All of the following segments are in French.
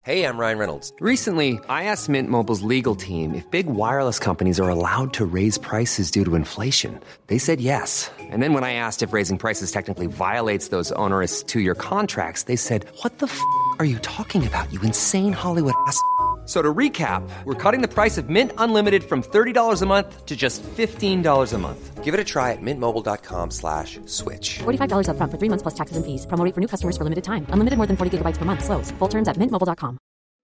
Hey, I'm Ryan Reynolds. Recently, I asked Mint Mobile's legal team if big wireless companies are allowed to raise prices due to inflation. They said yes. And then when I asked if raising prices technically violates those onerous two-year contracts, they said, "What the f*** are you talking about, you insane Hollywood ass?" So to recap, we're cutting the price of Mint Unlimited from $30 a month to just $15 a month. Give it a try at mintmobile.com/switch. $45 up front for 3 months plus taxes and fees. Promo rate for new customers for limited time. Unlimited more than 40 gigabytes per month. Slows full terms at mintmobile.com.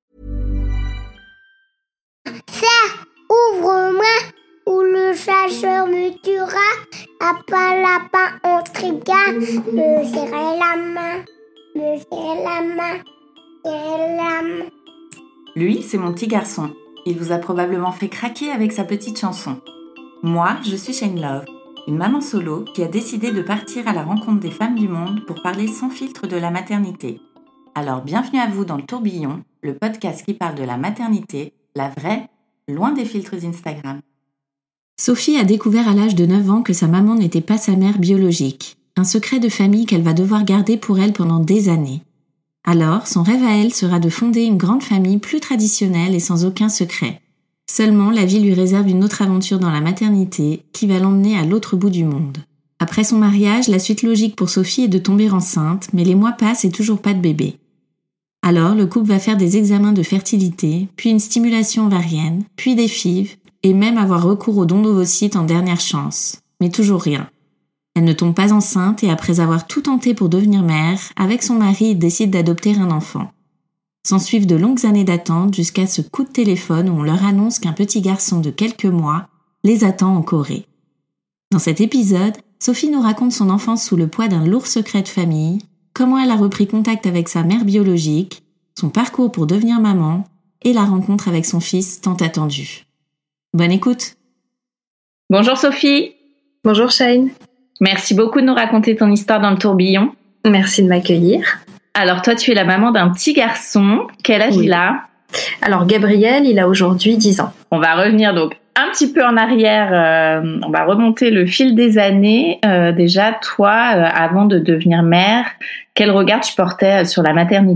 Ça, ouvre-moi, ou le chasseur me tuera. Papa lapin intrigua, me serrer la main, me serrer la main, serrer la main. Lui, c'est mon petit garçon. Il vous a probablement fait craquer avec sa petite chanson. Moi, je suis Shane Love, une maman solo qui a décidé de partir à la rencontre des femmes du monde pour parler sans filtre de la maternité. Alors bienvenue à vous dans le Tourbillon, le podcast qui parle de la maternité, la vraie, loin des filtres Instagram. Sophie a découvert à l'âge de 9 ans que sa maman n'était pas sa mère biologique, un secret de famille qu'elle va devoir garder pour elle pendant des années. Alors, son rêve à elle sera de fonder une grande famille plus traditionnelle et sans aucun secret. Seulement, la vie lui réserve une autre aventure dans la maternité qui va l'emmener à l'autre bout du monde. Après son mariage, la suite logique pour Sophie est de tomber enceinte, mais les mois passent et toujours pas de bébé. Alors, le couple va faire des examens de fertilité, puis une stimulation ovarienne, puis des FIV, et même avoir recours aux dons d'ovocytes en dernière chance. Mais toujours rien. Elle ne tombe pas enceinte et après avoir tout tenté pour devenir mère, avec son mari, ils décident d'adopter un enfant. S'ensuivent de longues années d'attente jusqu'à ce coup de téléphone où on leur annonce qu'un petit garçon de quelques mois les attend en Corée. Dans cet épisode, Sophie nous raconte son enfance sous le poids d'un lourd secret de famille, comment elle a repris contact avec sa mère biologique, son parcours pour devenir maman et la rencontre avec son fils tant attendu. Bonne écoute! Bonjour Sophie. Bonjour Shane. Merci beaucoup de nous raconter ton histoire dans le tourbillon. Merci de m'accueillir. Alors toi, tu es la maman d'un petit garçon. Quel âge il a ? Alors Gabriel, il a aujourd'hui 10 ans. On va revenir donc un petit peu en arrière. On va remonter le fil des années. Déjà, toi, avant de devenir mère, quel regard tu portais sur la maternité ?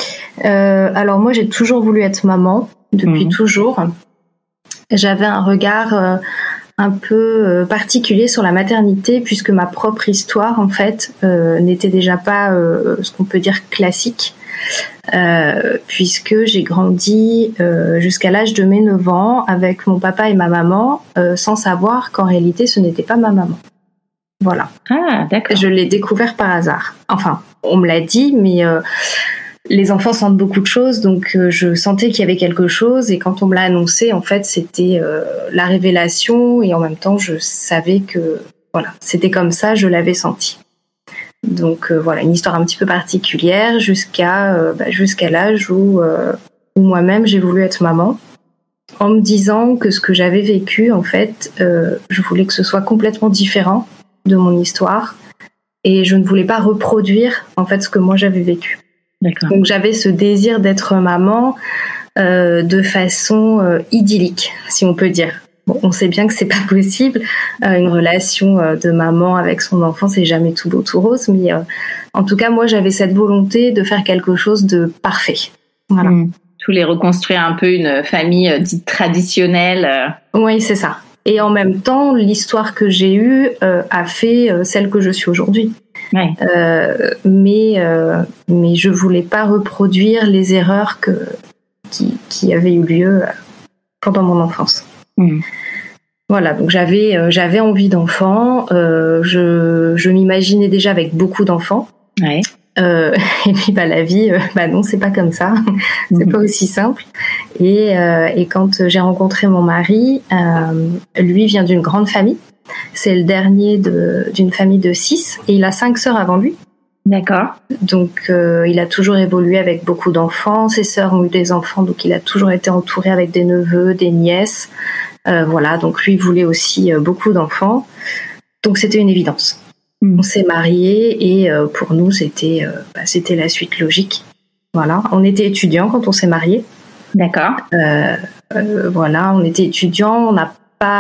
Alors moi, j'ai toujours voulu être maman, depuis toujours. J'avais un regard un peu particulier sur la maternité puisque ma propre histoire en fait n'était déjà pas ce qu'on peut dire classique puisque j'ai grandi jusqu'à l'âge de mes 9 ans avec mon papa et ma maman sans savoir qu'en réalité ce n'était pas ma maman. Voilà. Ah, d'accord. Je l'ai découvert par hasard. Enfin, on me l'a dit mais les enfants sentent beaucoup de choses, donc je sentais qu'il y avait quelque chose. Et quand on me l'a annoncé, en fait, c'était la révélation. Et en même temps, je savais que voilà, c'était comme ça, je l'avais senti. Donc voilà, une histoire un petit peu particulière jusqu'à l'âge où moi-même j'ai voulu être maman, en me disant que ce que j'avais vécu, en fait, je voulais que ce soit complètement différent de mon histoire, et je ne voulais pas reproduire en fait ce que moi j'avais vécu. D'accord. Donc j'avais ce désir d'être maman de façon idyllique, si on peut dire. Bon, on sait bien que c'est pas possible. Une relation de maman avec son enfant, c'est jamais tout beau tout rose. Mais en tout cas, moi, j'avais cette volonté de faire quelque chose de parfait. Voilà. Tu voulais reconstruire un peu une famille dite traditionnelle. Oui, c'est ça. Et en même temps, l'histoire que j'ai eue a fait celle que je suis aujourd'hui. Ouais. Mais je voulais pas reproduire les erreurs qui avaient eu lieu pendant mon enfance. Voilà, donc j'avais envie d'enfants. Je m'imaginais déjà avec beaucoup d'enfants. Ouais. Et puis la vie, non, c'est pas comme ça. C'est pas aussi simple. Et quand j'ai rencontré mon mari, lui vient d'une grande famille. C'est le dernier d'une famille de 6 et il a 5 sœurs avant lui. D'accord. Donc il a toujours évolué avec beaucoup d'enfants. Ses sœurs ont eu des enfants, donc il a toujours été entouré avec des neveux, des nièces. Voilà, donc lui voulait aussi beaucoup d'enfants. Donc c'était une évidence. On s'est mariés et pour nous c'était la suite logique. Voilà, on était étudiants quand on s'est mariés. D'accord. Voilà, on était étudiants, on n'a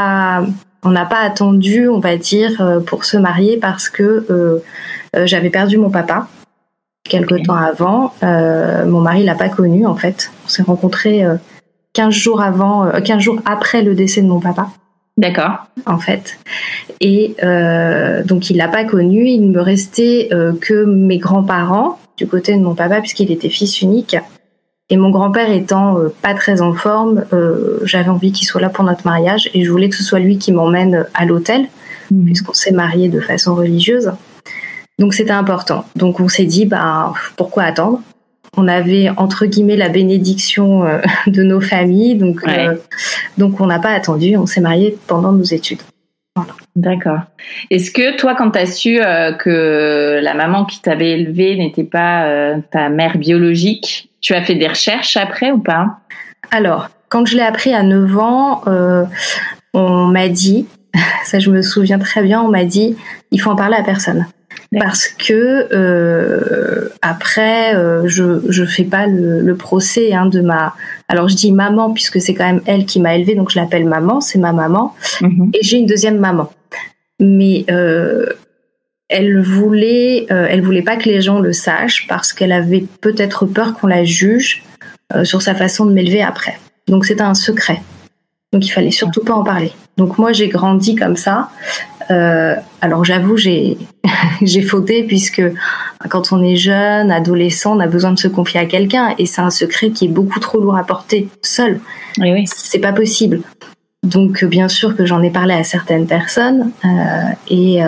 pas attendu, on va dire, pour se marier parce que j'avais perdu mon papa quelque temps avant. Mon mari l'a pas connu en fait. On s'est rencontrés 15 jours après le décès de mon papa. D'accord. En fait. Et donc il l'a pas connu. Il ne me restait que mes grands-parents du côté de mon papa puisqu'il était fils unique. Et mon grand-père étant pas très en forme, j'avais envie qu'il soit là pour notre mariage et je voulais que ce soit lui qui m'emmène à l'hôtel puisqu'on s'est mariés de façon religieuse. Donc c'était important. Donc on s'est dit pourquoi attendre ? On avait entre guillemets la bénédiction de nos familles, donc on n'a pas attendu. On s'est mariés pendant nos études. Voilà. D'accord. Est-ce que toi, quand tu as su que la maman qui t'avait élevée n'était pas ta mère biologique, tu as fait des recherches après ou pas ? Alors, quand je l'ai appris à 9 ans, on m'a dit, ça je me souviens très bien, on m'a dit, il faut en parler à personne. Parce que après je fais pas le procès de ma, alors je dis maman puisque c'est quand même elle qui m'a élevée, donc je l'appelle maman, c'est ma maman. Et j'ai une deuxième maman, mais elle voulait pas que les gens le sachent parce qu'elle avait peut-être peur qu'on la juge sur sa façon de m'élever après, donc c'était un secret, donc il fallait surtout pas en parler. Donc moi j'ai grandi comme ça. Alors j'avoue j'ai fauté puisque quand on est jeune, adolescent, on a besoin de se confier à quelqu'un et c'est un secret qui est beaucoup trop lourd à porter seul. Oui. C'est pas possible. Donc bien sûr que j'en ai parlé à certaines personnes et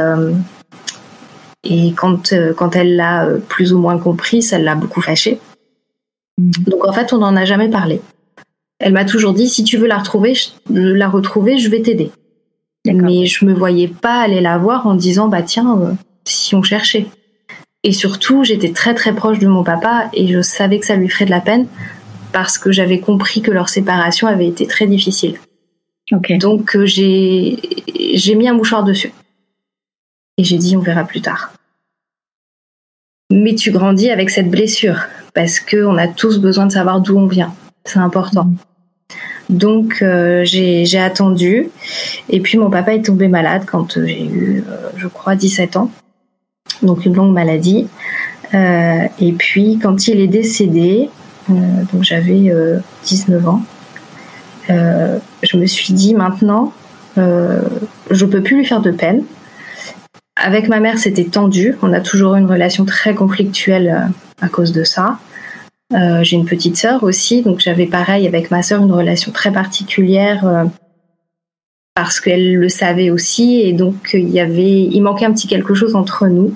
quand elle l'a plus ou moins compris, ça l'a beaucoup fâchée. Donc en fait on n'en a jamais parlé. Elle m'a toujours dit si tu veux la retrouver, je vais t'aider. D'accord. Mais je me voyais pas aller la voir en disant si on cherchait. Et surtout j'étais très très proche de mon papa et je savais que ça lui ferait de la peine parce que j'avais compris que leur séparation avait été très difficile. Okay. Donc j'ai mis un mouchoir dessus et j'ai dit on verra plus tard. Mais tu grandis avec cette blessure parce que on a tous besoin de savoir d'où on vient, c'est important. Donc j'ai attendu et puis mon papa est tombé malade quand j'ai eu je crois 17 ans, donc une longue maladie, et puis quand il est décédé, donc j'avais 19 ans, je me suis dit maintenant je peux plus lui faire de peine. Avec ma mère c'était tendu, on a toujours eu une relation très conflictuelle à cause de ça. J'ai une petite sœur aussi, donc j'avais pareil avec ma sœur une relation très particulière parce qu'elle le savait aussi et donc il manquait un petit quelque chose entre nous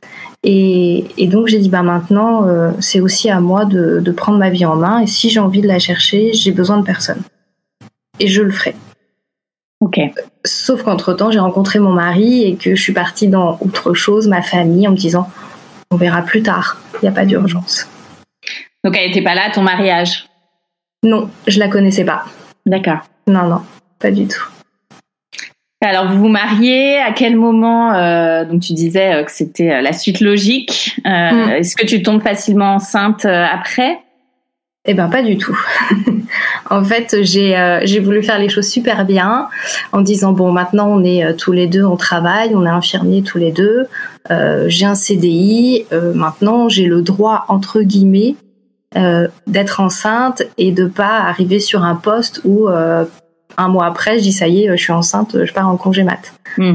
et donc j'ai dit maintenant c'est aussi à moi de prendre ma vie en main et si j'ai envie de la chercher, j'ai besoin de personne et je le ferai. Ok. Sauf qu'entre-temps j'ai rencontré mon mari et que je suis partie dans autre chose, ma famille, en me disant on verra plus tard, il n'y a pas d'urgence. Donc elle n'était pas là à ton mariage ? Non, je la connaissais pas. D'accord. Non, pas du tout. Alors vous vous mariez, à quel moment donc tu disais que c'était la suite logique. Est-ce que tu tombes facilement enceinte après ? Eh ben pas du tout. En fait, j'ai voulu faire les choses super bien en disant maintenant on est tous les deux, on travaille, on est infirmiers tous les deux, j'ai un CDI, maintenant j'ai le droit entre guillemets d'être enceinte et de pas arriver sur un poste où un mois après je dis ça y est, je suis enceinte, je pars en congé mat.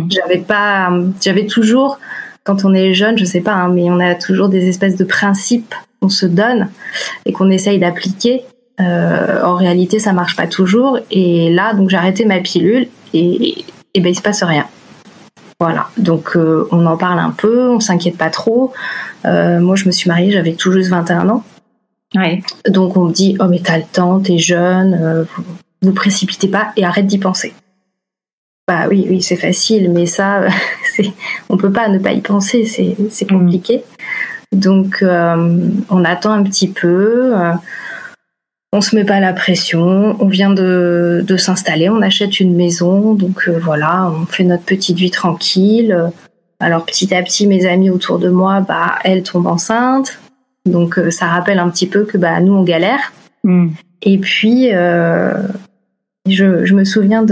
J'avais toujours, quand on est jeune, je sais pas, mais on a toujours des espèces de principes qu'on se donne et qu'on essaye d'appliquer. En réalité, ça marche pas toujours. Et là, donc j'ai arrêté ma pilule et il se passe rien. Voilà. Donc on en parle un peu, on s'inquiète pas trop. Moi, je me suis mariée, j'avais tout juste 21 ans. Ouais. Donc on me dit mais t'as le temps, t'es jeune, vous précipitez pas et arrête d'y penser. Bah oui, c'est facile, mais ça, on peut pas ne pas y penser, c'est compliqué. Donc on attend un petit peu, on se met pas la pression, on vient de s'installer, on achète une maison, donc voilà, on fait notre petite vie tranquille. Alors petit à petit, mes amis autour de moi, elles tombent enceintes, donc ça rappelle un petit peu que nous on galère. Et puis je me souviens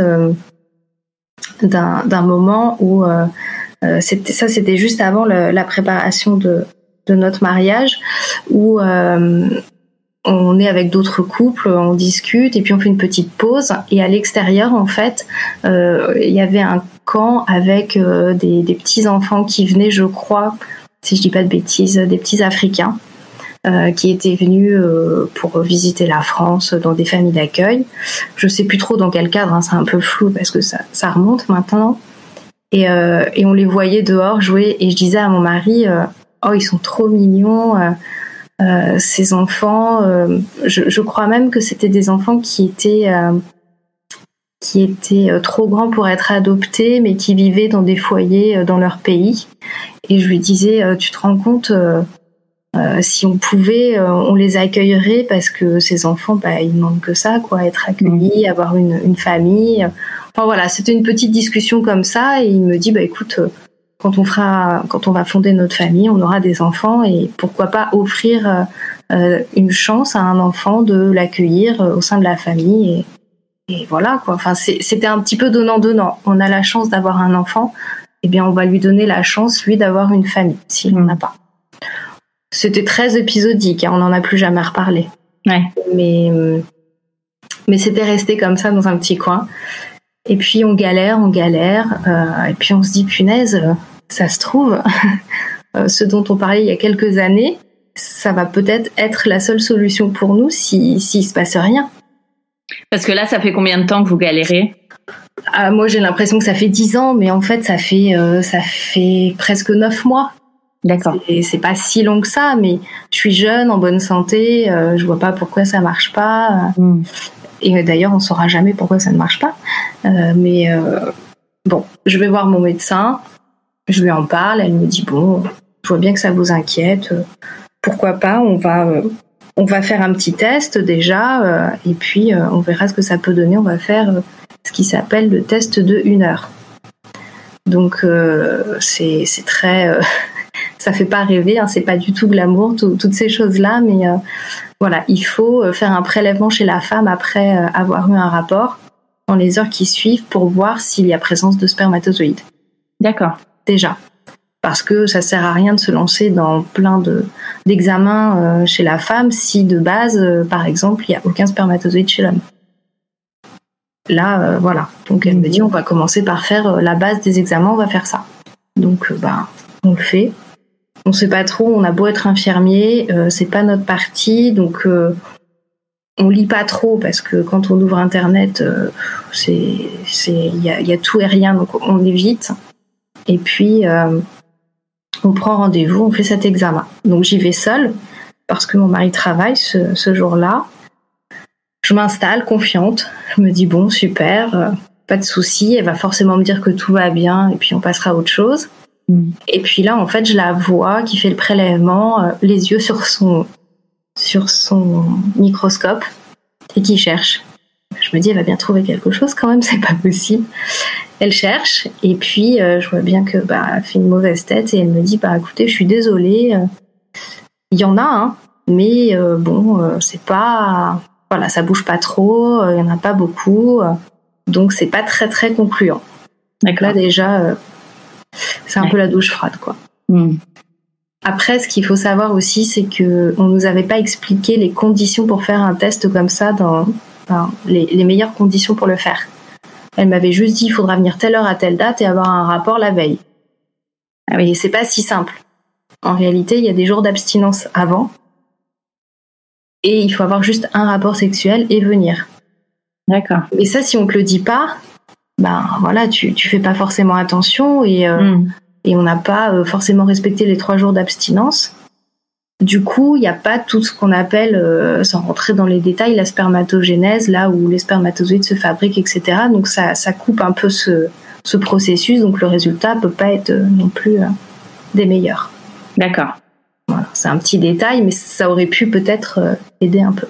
d'un moment où c'était juste avant la préparation de notre mariage où on est avec d'autres couples, on discute et puis on fait une petite pause. Et à l'extérieur, en fait, il y avait un camp avec des petits enfants qui venaient, je crois, si je dis pas de bêtises, des petits Africains qui étaient venus pour visiter la France dans des familles d'accueil. Je sais plus trop dans quel cadre, hein, c'est un peu flou parce que ça remonte maintenant. Et on les voyait dehors jouer et je disais à mon mari, oh ils sont trop mignons. Ces enfants, je crois même que c'était des enfants qui étaient trop grands pour être adoptés, mais qui vivaient dans des foyers dans leur pays. Et je lui disais, tu te rends compte, si on pouvait, on les accueillerait parce que ces enfants, ils demandent que ça, quoi, être accueillis, avoir une famille. Enfin voilà, c'était une petite discussion comme ça, et il me dit, écoute. Quand on va fonder notre famille, on aura des enfants et pourquoi pas offrir une chance à un enfant de l'accueillir au sein de la famille et voilà quoi. Enfin c'était un petit peu donnant-donnant. On a la chance d'avoir un enfant, eh bien on va lui donner la chance lui d'avoir une famille s'il n'en a pas. C'était très épisodique, hein, on n'en a plus jamais reparlé. Ouais. Mais c'était resté comme ça dans un petit coin. Et puis on galère, et puis on se dit punaise, ça se trouve, ce dont on parlait il y a quelques années, ça va peut-être être la seule solution pour nous s'il se passe rien. Parce que là, ça fait combien de temps que vous galérez ? Moi, j'ai l'impression que ça fait 10 ans, mais en fait, ça fait presque 9 mois. D'accord. C'est pas si long que ça, mais je suis jeune, en bonne santé, je vois pas pourquoi ça marche pas. Et d'ailleurs, on saura jamais pourquoi ça ne marche pas. Bon, je vais voir mon médecin, je lui en parle, elle me dit bon, je vois bien que ça vous inquiète, pourquoi pas, on va faire un petit test déjà, et puis on verra ce que ça peut donner. On va faire ce qui s'appelle le test de 1 heure. Donc c'est très, ça fait pas rêver, hein, c'est pas du tout glamour, toutes ces choses-là, mais voilà, il faut faire un prélèvement chez la femme après avoir eu un rapport dans les heures qui suivent pour voir s'il y a présence de spermatozoïdes. D'accord. Déjà. Parce que ça sert à rien de se lancer dans plein d'examens chez la femme si de base, par exemple, il n'y a aucun spermatozoïde chez l'homme. Là, voilà. Donc elle me dit, on va commencer par faire la base des examens, on va faire ça. Donc, on le fait. On sait pas trop, on a beau être infirmier, c'est pas notre partie, donc on lit pas trop parce que quand on ouvre Internet, il y a tout et rien, donc on évite. Et puis on prend rendez-vous, on fait cet examen. Donc j'y vais seule parce que mon mari travaille ce jour-là. Je m'installe confiante, je me dis bon super, pas de souci, elle va forcément me dire que tout va bien et puis on passera à autre chose. Et puis là, en fait, je la vois qui fait le prélèvement, les yeux sur son microscope et qui cherche. Je me dis, elle va bien trouver quelque chose quand même, c'est pas possible. Elle cherche et puis je vois bien que elle fait une mauvaise tête et elle me dit, écoutez, je suis désolée, il y en a, hein, mais c'est pas, voilà, ça bouge pas trop, il y en a pas beaucoup, donc c'est pas très très concluant. Donc là déjà. C'est un peu la douche froide, quoi. Après, ce qu'il faut savoir aussi, c'est qu'on ne nous avait pas expliqué les conditions pour faire un test comme ça, les meilleures conditions pour le faire. Elle m'avait juste dit, il faudra venir telle heure à telle date et avoir un rapport la veille. Ah oui, c'est pas si simple. En réalité, il y a des jours d'abstinence avant et il faut avoir juste un rapport sexuel et venir. D'accord. Et ça, si on te le dit pas, voilà, tu fais pas forcément attention et on n'a pas forcément respecté les 3 jours d'abstinence. Du coup, il n'y a pas tout ce qu'on appelle, sans rentrer dans les détails, la spermatogénèse, là où les spermatozoïdes se fabriquent, etc. Donc ça coupe un peu ce processus, donc le résultat peut pas être non plus des meilleurs. D'accord. Voilà, c'est un petit détail, mais ça aurait pu peut-être aider un peu.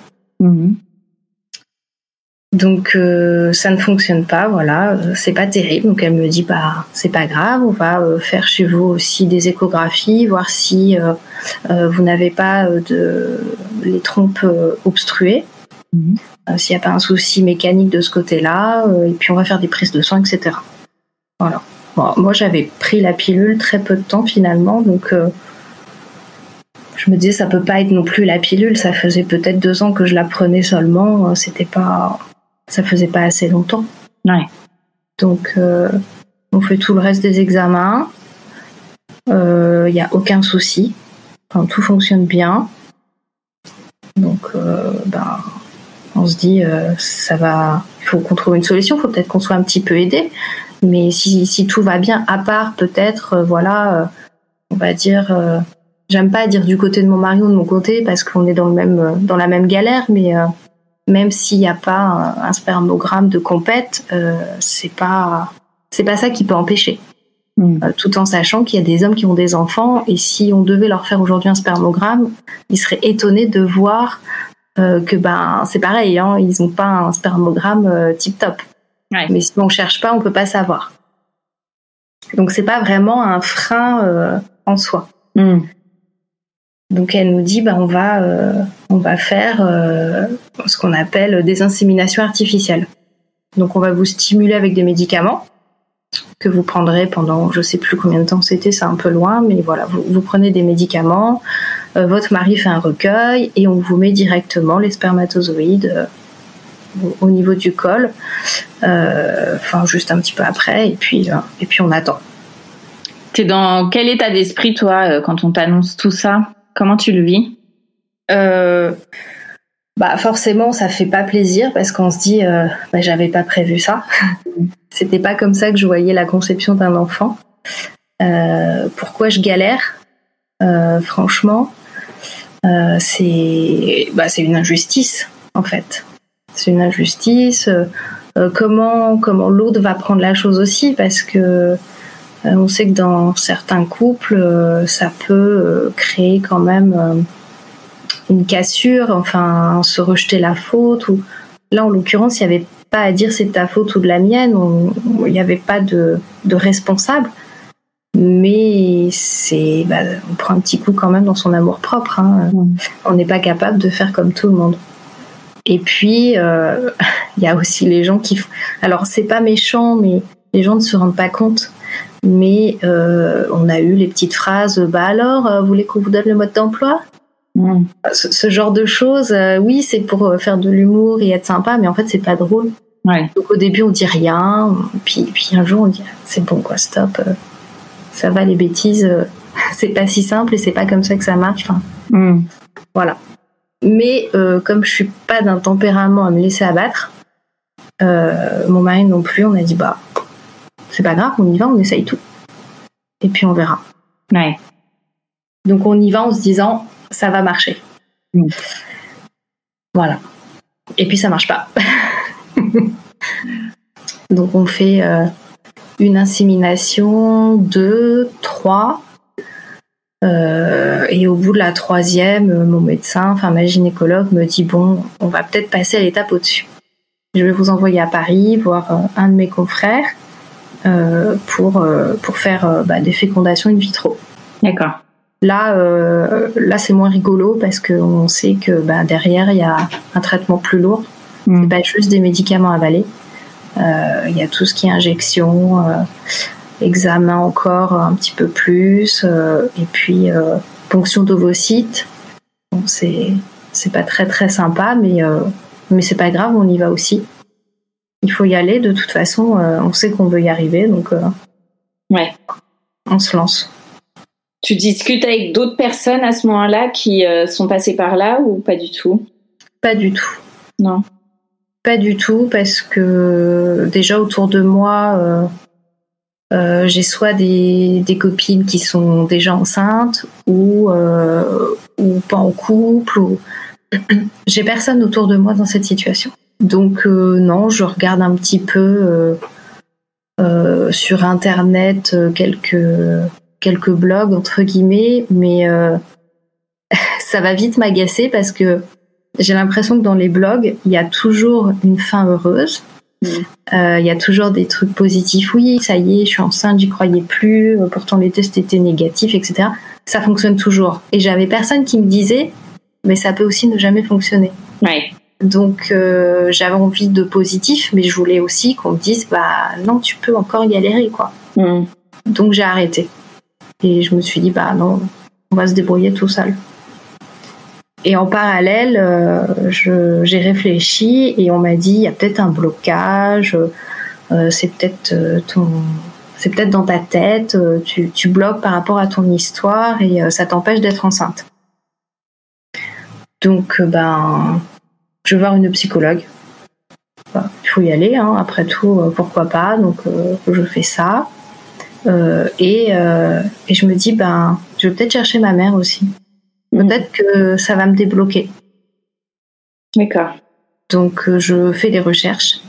Donc ça ne fonctionne pas, voilà, c'est pas terrible. Donc elle me dit c'est pas grave, on va faire chez vous aussi des échographies, voir si vous n'avez pas les trompes obstruées, s'il n'y a pas un souci mécanique de ce côté-là, et puis on va faire des prises de sang, etc. Voilà. Bon, moi j'avais pris la pilule très peu de temps finalement, donc je me disais ça peut pas être non plus la pilule, ça faisait peut-être 2 ans que je la prenais seulement, ça faisait pas assez longtemps. Ouais. Donc on fait tout le reste des examens, il y a aucun souci, enfin, tout fonctionne bien. Donc on se dit ça va, il faut qu'on trouve une solution, il faut peut-être qu'on soit un petit peu aidé, mais si tout va bien, à part peut-être on va dire, j'aime pas dire du côté de mon mari ou de mon côté parce qu'on est dans la même galère, mais même s'il n'y a pas un spermogramme de compète, c'est pas ça qui peut empêcher. Tout en sachant qu'il y a des hommes qui ont des enfants, et si on devait leur faire aujourd'hui un spermogramme, ils seraient étonnés de voir que c'est pareil, hein, ils n'ont pas un spermogramme tip-top. Ouais. Mais si on ne cherche pas, on ne peut pas savoir. Donc c'est pas vraiment un frein en soi. Donc elle nous dit on va faire ce qu'on appelle des inséminations artificielles. Donc on va vous stimuler avec des médicaments que vous prendrez pendant, je sais plus combien de temps c'était, c'est un peu loin, mais voilà, vous prenez des médicaments, votre mari fait un recueil et on vous met directement les spermatozoïdes au niveau du col, juste un petit peu après, et puis on attend. T'es dans quel état d'esprit, toi, quand on t'annonce tout ça? Comment tu le vis? Forcément, ça fait pas plaisir parce qu'on se dit, j'avais pas prévu ça. C'était pas comme ça que je voyais la conception d'un enfant. Pourquoi je galère? Franchement, c'est une injustice, en fait. C'est une injustice. Comment l'autre va prendre la chose aussi, parce que on sait que dans certains couples, ça peut créer quand même une cassure, enfin se rejeter la faute. Ou là, en l'occurrence, il n'y avait pas à dire c'est de ta faute ou de la mienne. Il n'y avait pas de responsable. Mais on prend un petit coup quand même dans son amour propre. Hein. On n'est pas capable de faire comme tout le monde. Et puis, il y a aussi les gens qui... Alors, c'est pas méchant, mais les gens ne se rendent pas compte. Mais on a eu les petites phrases, vous voulez qu'on vous donne le mode d'emploi ? Ce genre de choses, oui, c'est pour faire de l'humour et être sympa, mais en fait, c'est pas drôle. Ouais. Donc, au début, on dit rien, puis un jour, on dit c'est bon, quoi, stop, ça va, les bêtises, c'est pas si simple et c'est pas comme ça que ça marche. Voilà. Mais comme je suis pas d'un tempérament à me laisser abattre, mon mari non plus, on a dit c'est pas grave, on y va, on essaye tout. Et puis on verra. Ouais. Donc on y va en se disant ça va marcher. Voilà. Et puis ça marche pas. Donc on fait une insémination, 2, 3. Et au bout de la 3e, mon médecin, ma gynécologue me dit on va peut-être passer à l'étape au-dessus. Je vais vous envoyer à Paris voir un de mes confrères pour faire des fécondations in vitro. D'accord. Là, c'est moins rigolo parce qu'on sait que derrière il y a un traitement plus lourd. C'est pas juste des médicaments avalés. Il y a tout ce qui est injection, examen encore un petit peu plus, et puis ponction d'ovocytes. Bon, c'est pas très très sympa, mais c'est pas grave, on y va aussi. Il faut y aller, de toute façon, on sait qu'on veut y arriver, donc ouais. On se lance. Tu discutes avec d'autres personnes à ce moment-là qui sont passées par là ou pas du tout? Pas du tout. Non. Pas du tout, parce que déjà autour de moi, j'ai soit des copines qui sont déjà enceintes ou pas en couple. J'ai personne autour de moi dans cette situation. Donc non, je regarde un petit peu sur Internet quelques blogs, entre guillemets, mais ça va vite m'agacer parce que j'ai l'impression que dans les blogs, il y a toujours une fin heureuse. Il y a toujours des trucs positifs. Oui, ça y est, je suis enceinte, j'y croyais plus. Pourtant, les tests étaient négatifs, etc. Ça fonctionne toujours. Et j'avais personne qui me disait, mais ça peut aussi ne jamais fonctionner. Ouais. Donc, j'avais envie de positif, mais je voulais aussi qu'on me dise, non, tu peux encore galérer, quoi. Donc, j'ai arrêté. Et je me suis dit, non, on va se débrouiller tout seul. Et en parallèle, j'ai réfléchi et on m'a dit il y a peut-être un blocage, c'est peut-être dans ta tête, tu bloques par rapport à ton histoire et ça t'empêche d'être enceinte. Donc je vais voir une psychologue. Il faut y aller, hein, après tout, pourquoi pas. Donc je fais ça et je me dis je vais peut-être chercher ma mère aussi. Peut-être que ça va me débloquer. D'accord. Donc, je fais des recherches.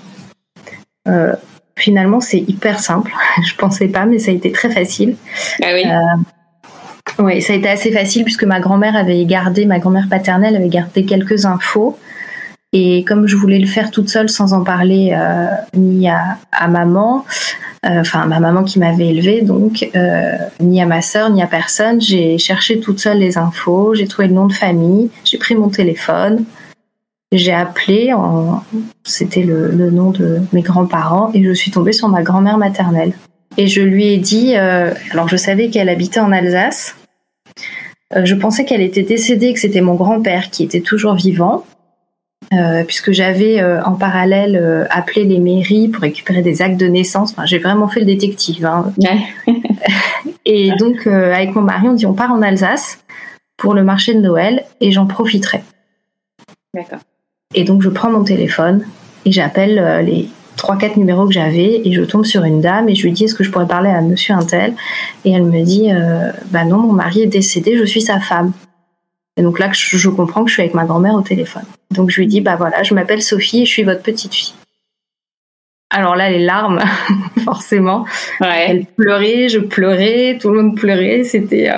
Finalement, c'est hyper simple. Je pensais pas, mais ça a été très facile. Ah oui. Oui, ça a été assez facile puisque ma grand-mère paternelle avait gardé quelques infos. Et comme je voulais le faire toute seule sans en parler ni à maman, ma maman qui m'avait élevée, donc ni à ma sœur, ni à personne, j'ai cherché toute seule les infos, j'ai trouvé le nom de famille, j'ai pris mon téléphone, j'ai appelé, c'était le nom de mes grands-parents, et je suis tombée sur ma grand-mère maternelle. Et je lui ai dit, alors je savais qu'elle habitait en Alsace, je pensais qu'elle était décédée, que c'était mon grand-père qui était toujours vivant, puisque j'avais en parallèle appelé les mairies pour récupérer des actes de naissance. Enfin, j'ai vraiment fait le détective. Hein. Ouais. Et donc, avec mon mari, on dit on part en Alsace pour le marché de Noël et j'en profiterai. D'accord. Et donc, je prends mon téléphone et j'appelle les 3-4 numéros que j'avais et je tombe sur une dame et je lui dis est-ce que je pourrais parler à monsieur untel ? Et elle me dit non, mon mari est décédé, je suis sa femme. Et donc là, je comprends que je suis avec ma grand-mère au téléphone. Donc je lui dis, voilà, je m'appelle Sophie et je suis votre petite fille. Alors là, les larmes, forcément. Ouais. Elle pleurait, je pleurais, tout le monde pleurait. C'était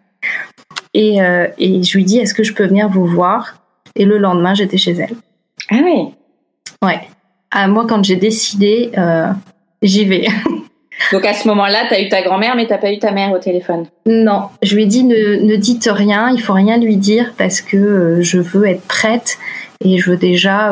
et je lui dis, est-ce que je peux venir vous voir ? Et le lendemain, j'étais chez elle. Ah oui. Ouais. Moi, quand j'ai décidé, j'y vais. Donc à ce moment-là, t'as eu ta grand-mère, mais t'as pas eu ta mère au téléphone. Non, je lui ai dit ne dites rien, il faut rien lui dire parce que je veux être prête et je veux déjà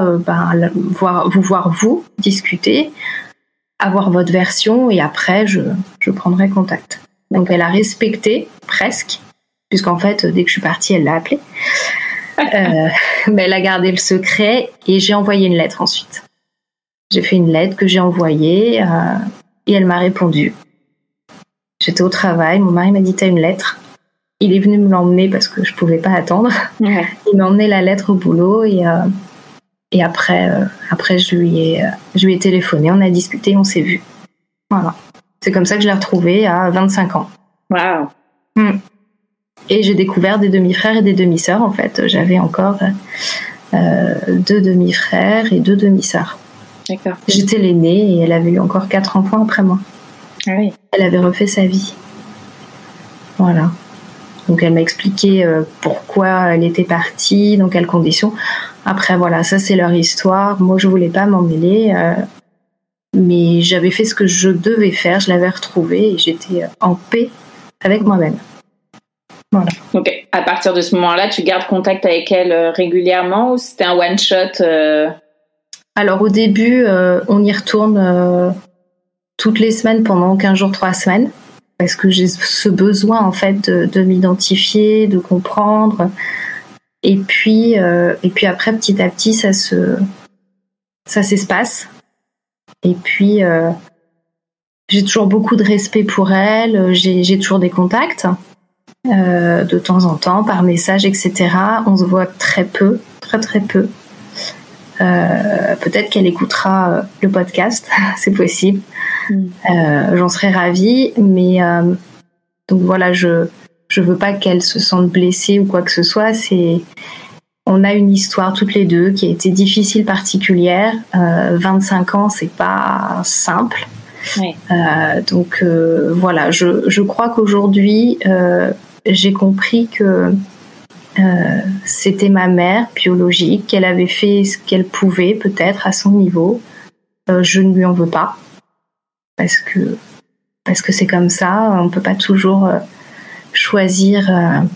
vous discuter, avoir votre version et après je prendrai contact. Donc elle a respecté presque, puisqu'en fait dès que je suis partie, elle l'a appelé. Mais elle a gardé le secret et j'ai envoyé une lettre ensuite. J'ai fait une lettre que j'ai envoyée. Et elle m'a répondu. J'étais au travail, mon mari m'a dit t'as une lettre. Il est venu me l'emmener parce que je pouvais pas attendre. Ouais. Il m'a emmené la lettre au boulot et après je lui ai téléphoné, on a discuté, on s'est vu. Voilà. C'est comme ça que je l'ai retrouvée à 25 ans. Waouh. Et j'ai découvert des demi-frères et des demi-sœurs en fait. J'avais encore 2 demi-frères et 2 demi-sœurs. D'accord. J'étais l'aînée et elle avait eu encore 4 enfants après moi. Ah oui. Elle avait refait sa vie. Voilà. Donc elle m'a expliqué pourquoi elle était partie, dans quelles conditions. Après voilà, ça c'est leur histoire. Moi je voulais pas m'en mêler, mais j'avais fait ce que je devais faire. Je l'avais retrouvée et j'étais en paix avec moi-même. Voilà. Donc à partir de ce moment-là, tu gardes contact avec elle régulièrement ou c'était un one shot Alors au début, on y retourne toutes les semaines pendant 15 jours, 3 semaines, parce que j'ai ce besoin en fait de m'identifier, de comprendre. Et puis après, petit à petit, ça s'espace. Et puis j'ai toujours beaucoup de respect pour elle. J'ai toujours des contacts de temps en temps par message, etc. On se voit très peu, très très peu. Peut-être qu'elle écoutera le podcast, c'est possible. J'en serais ravie, mais donc voilà, je veux pas qu'elle se sente blessée ou quoi que ce soit. On a une histoire toutes les deux qui a été difficile, particulière. 25 ans, c'est pas simple. Oui. Donc voilà, je crois qu'aujourd'hui j'ai compris que c'était ma mère biologique, qu'elle avait fait ce qu'elle pouvait peut-être à son niveau. Je ne lui en veux pas parce que c'est comme ça. On peut pas toujours choisir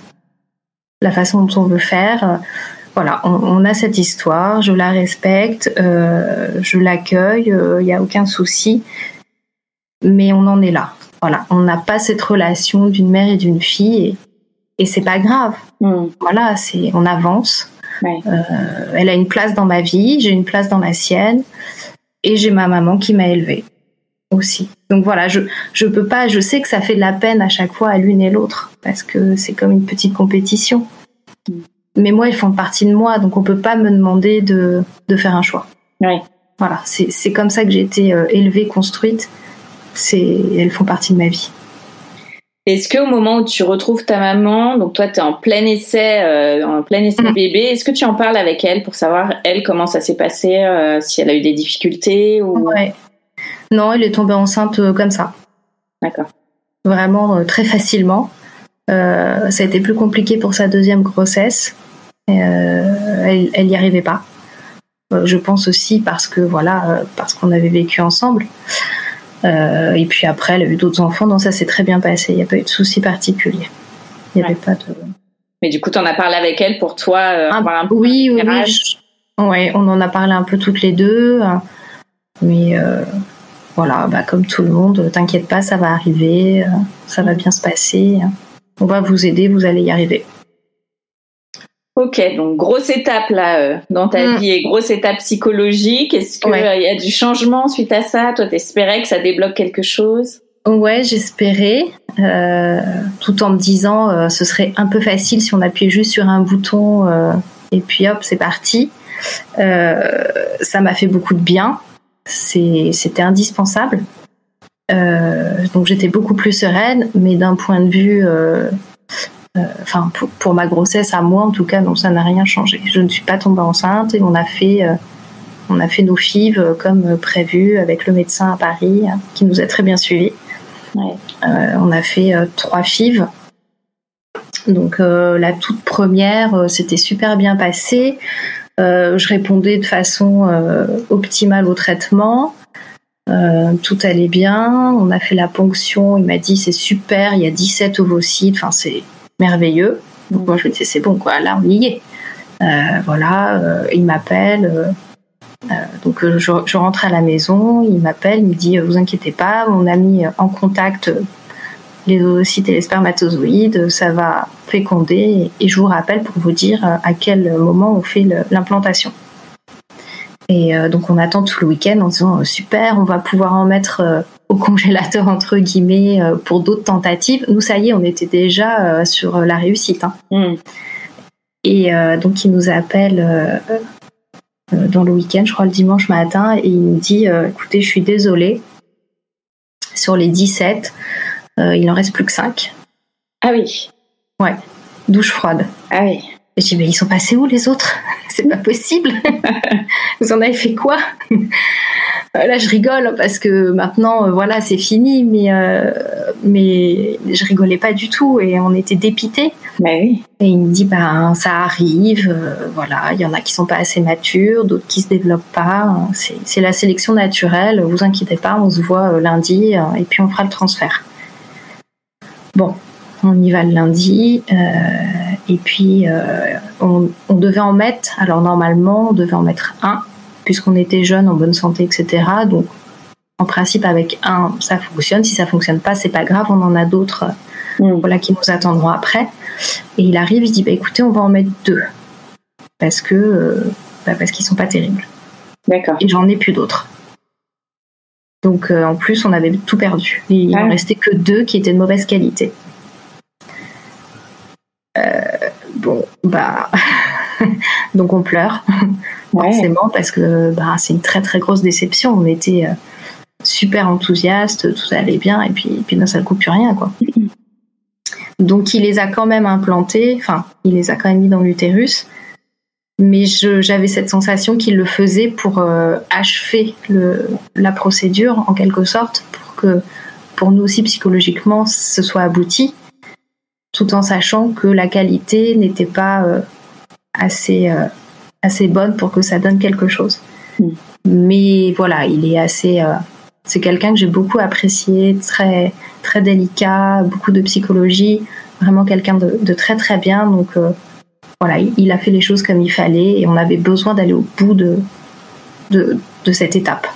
la façon dont on veut faire. Voilà, on a cette histoire, je la respecte, je l'accueille, il n'y a aucun souci, mais on en est là. Voilà, on n'a pas cette relation d'une mère et d'une fille. et c'est pas grave. Voilà, on avance. Ouais. Elle a une place dans ma vie, j'ai une place dans la sienne, et j'ai ma maman qui m'a élevée aussi. Donc voilà, je peux pas, je sais que ça fait de la peine à chaque fois à l'une et l'autre, parce que c'est comme une petite compétition. Mais moi, elles font partie de moi, donc on peut pas me demander de faire un choix. Ouais. Voilà, c'est comme ça que j'ai été élevée, construite. Elles font partie de ma vie. Est-ce qu'au moment où tu retrouves ta maman, donc toi tu es en plein essai bébé, est-ce que tu en parles avec elle pour savoir elle comment ça s'est passé, si elle a eu des difficultés ou... Ouais. Non, elle est tombée enceinte comme ça. D'accord. Vraiment très facilement. Ça a été plus compliqué pour sa deuxième grossesse. Elle y arrivait pas. Je pense aussi parce qu'on avait vécu ensemble. Et puis après, elle a eu d'autres enfants, donc ça s'est très bien passé. Il n'y a pas eu de soucis particuliers. Il n'y avait pas de... Mais du coup, tu en as parlé avec elle pour toi avoir un peu Oui. Ouais, on en a parlé un peu toutes les deux. Mais voilà, comme tout le monde, t'inquiète pas, ça va arriver, ça va bien se passer. On va vous aider, vous allez y arriver. Ok, donc grosse étape là dans ta vie et grosse étape psychologique. Est-ce qu'il y a du changement suite à ça? Toi, t'espérais que ça débloque quelque chose? Ouais, j'espérais, tout en me disant ce serait un peu facile si on appuyait juste sur un bouton et puis hop, c'est parti. Ça m'a fait beaucoup de bien. C'était indispensable. Donc j'étais beaucoup plus sereine, mais d'un point de vue... pour ma grossesse à moi en tout cas, non, ça n'a rien changé. Je ne suis pas tombée enceinte et on a fait nos FIV comme prévu avec le médecin à Paris qui nous a très bien suivis. Ouais. On a fait 3 FIV. Donc la toute première, c'était super bien passé. Je répondais de façon optimale au traitement. Tout allait bien. On a fait la ponction. Il m'a dit c'est super, il y a 17 ovocytes. Enfin, c'est merveilleux. Donc moi je me disais c'est bon quoi, là on y est. Il m'appelle. Donc je rentre à la maison, il m'appelle, il me dit vous inquiétez pas, on a mis en contact les ovocytes et les spermatozoïdes, ça va féconder et je vous rappelle pour vous dire à quel moment on fait l'implantation. Et donc on attend tout le week-end en disant super, on va pouvoir en mettre au congélateur entre guillemets pour d'autres tentatives. Nous ça y est, on était déjà sur la réussite. Et donc il nous appelle dans le week-end, je crois le dimanche matin, et il me dit écoutez, je suis désolée, sur les 17, il en reste plus que 5. Ah oui. Ouais, douche froide. Ah oui. Et je dis, mais ils sont passés où les autres? C'est pas possible. Vous en avez fait quoi? Là, je rigole parce que maintenant, voilà, c'est fini, mais je rigolais pas du tout et on était dépités. Mais oui. Et il me dit, ça arrive, voilà, il y en a qui sont pas assez matures, d'autres qui se développent pas. C'est la sélection naturelle, vous inquiétez pas, on se voit lundi et puis on fera le transfert. Bon. On y va le lundi et puis on devait en mettre, alors normalement on devait en mettre 1 puisqu'on était jeunes, en bonne santé, etc. Donc en principe avec 1 ça fonctionne, si ça fonctionne pas c'est pas grave, on en a d'autres qui nous attendront après. Et il arrive, il dit écoutez on va en mettre 2 parce qu'ils sont pas terribles. D'accord. Et j'en ai plus d'autres. Donc en plus on avait tout perdu, il en restait que 2 qui étaient de mauvaise qualité. Donc on pleure forcément parce que c'est une très très grosse déception. On était super enthousiastes, tout allait bien et puis d'un seul coup plus rien quoi. Donc il les a quand même implantés, enfin il les a quand même mis dans l'utérus, mais j'avais cette sensation qu'il le faisait pour achever la procédure en quelque sorte, pour que pour nous aussi psychologiquement ce soit abouti, tout en sachant que la qualité n'était pas assez bonne pour que ça donne quelque chose. Mais voilà, il est assez... c'est quelqu'un que j'ai beaucoup apprécié, très, très délicat, beaucoup de psychologie, vraiment quelqu'un de très très bien. Donc voilà, il a fait les choses comme il fallait et on avait besoin d'aller au bout de cette étape.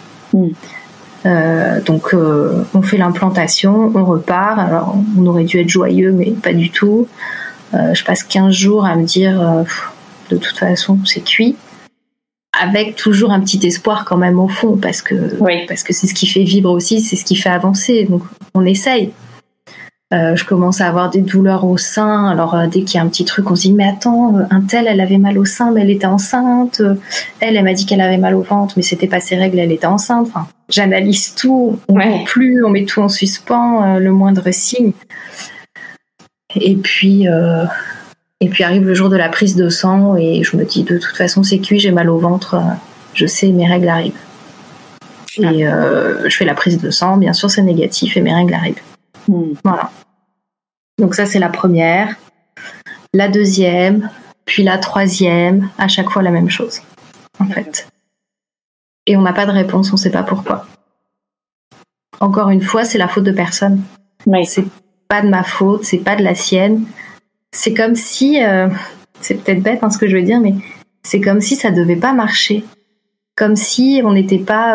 Donc on fait l'implantation, on repart. Alors on aurait dû être joyeux mais pas du tout. Je passe 15 jours à me dire de toute façon c'est cuit, avec toujours un petit espoir quand même au fond, parce que c'est ce qui fait vibre aussi, c'est ce qui fait avancer, donc on essaye. Je commence à avoir des douleurs au sein. Alors dès qu'il y a un petit truc, on se dit mais attends, un tel, elle avait mal au sein, mais elle était enceinte. Elle m'a dit qu'elle avait mal au ventre, mais c'était pas ses règles, elle était enceinte. Enfin, j'analyse tout, on ne plus, on met tout en suspens, le moindre signe. Et puis arrive le jour de la prise de sang et je me dis de toute façon c'est cuit, j'ai mal au ventre, je sais, mes règles arrivent. Et je fais la prise de sang, bien sûr c'est négatif et mes règles arrivent. Voilà. Donc ça c'est la première, la deuxième, puis la troisième, à chaque fois la même chose en fait. Et on n'a pas de réponse, on ne sait pas pourquoi. Encore une fois, c'est la faute de personne. C'est pas de ma faute, c'est pas de la sienne. C'est comme si, c'est peut-être bête ce que je veux dire, mais c'est comme si ça devait pas marcher. Comme si on n'était pas...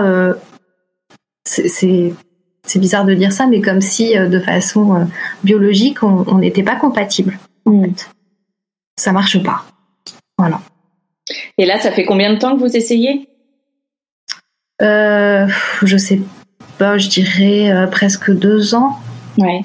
c'est bizarre de dire ça, mais comme si de façon biologique, on n'était pas compatibles. En fait. Ça marche pas. Voilà. Et là, ça fait combien de temps que vous essayez ? Je sais pas, je dirais presque 2 ans. Ouais.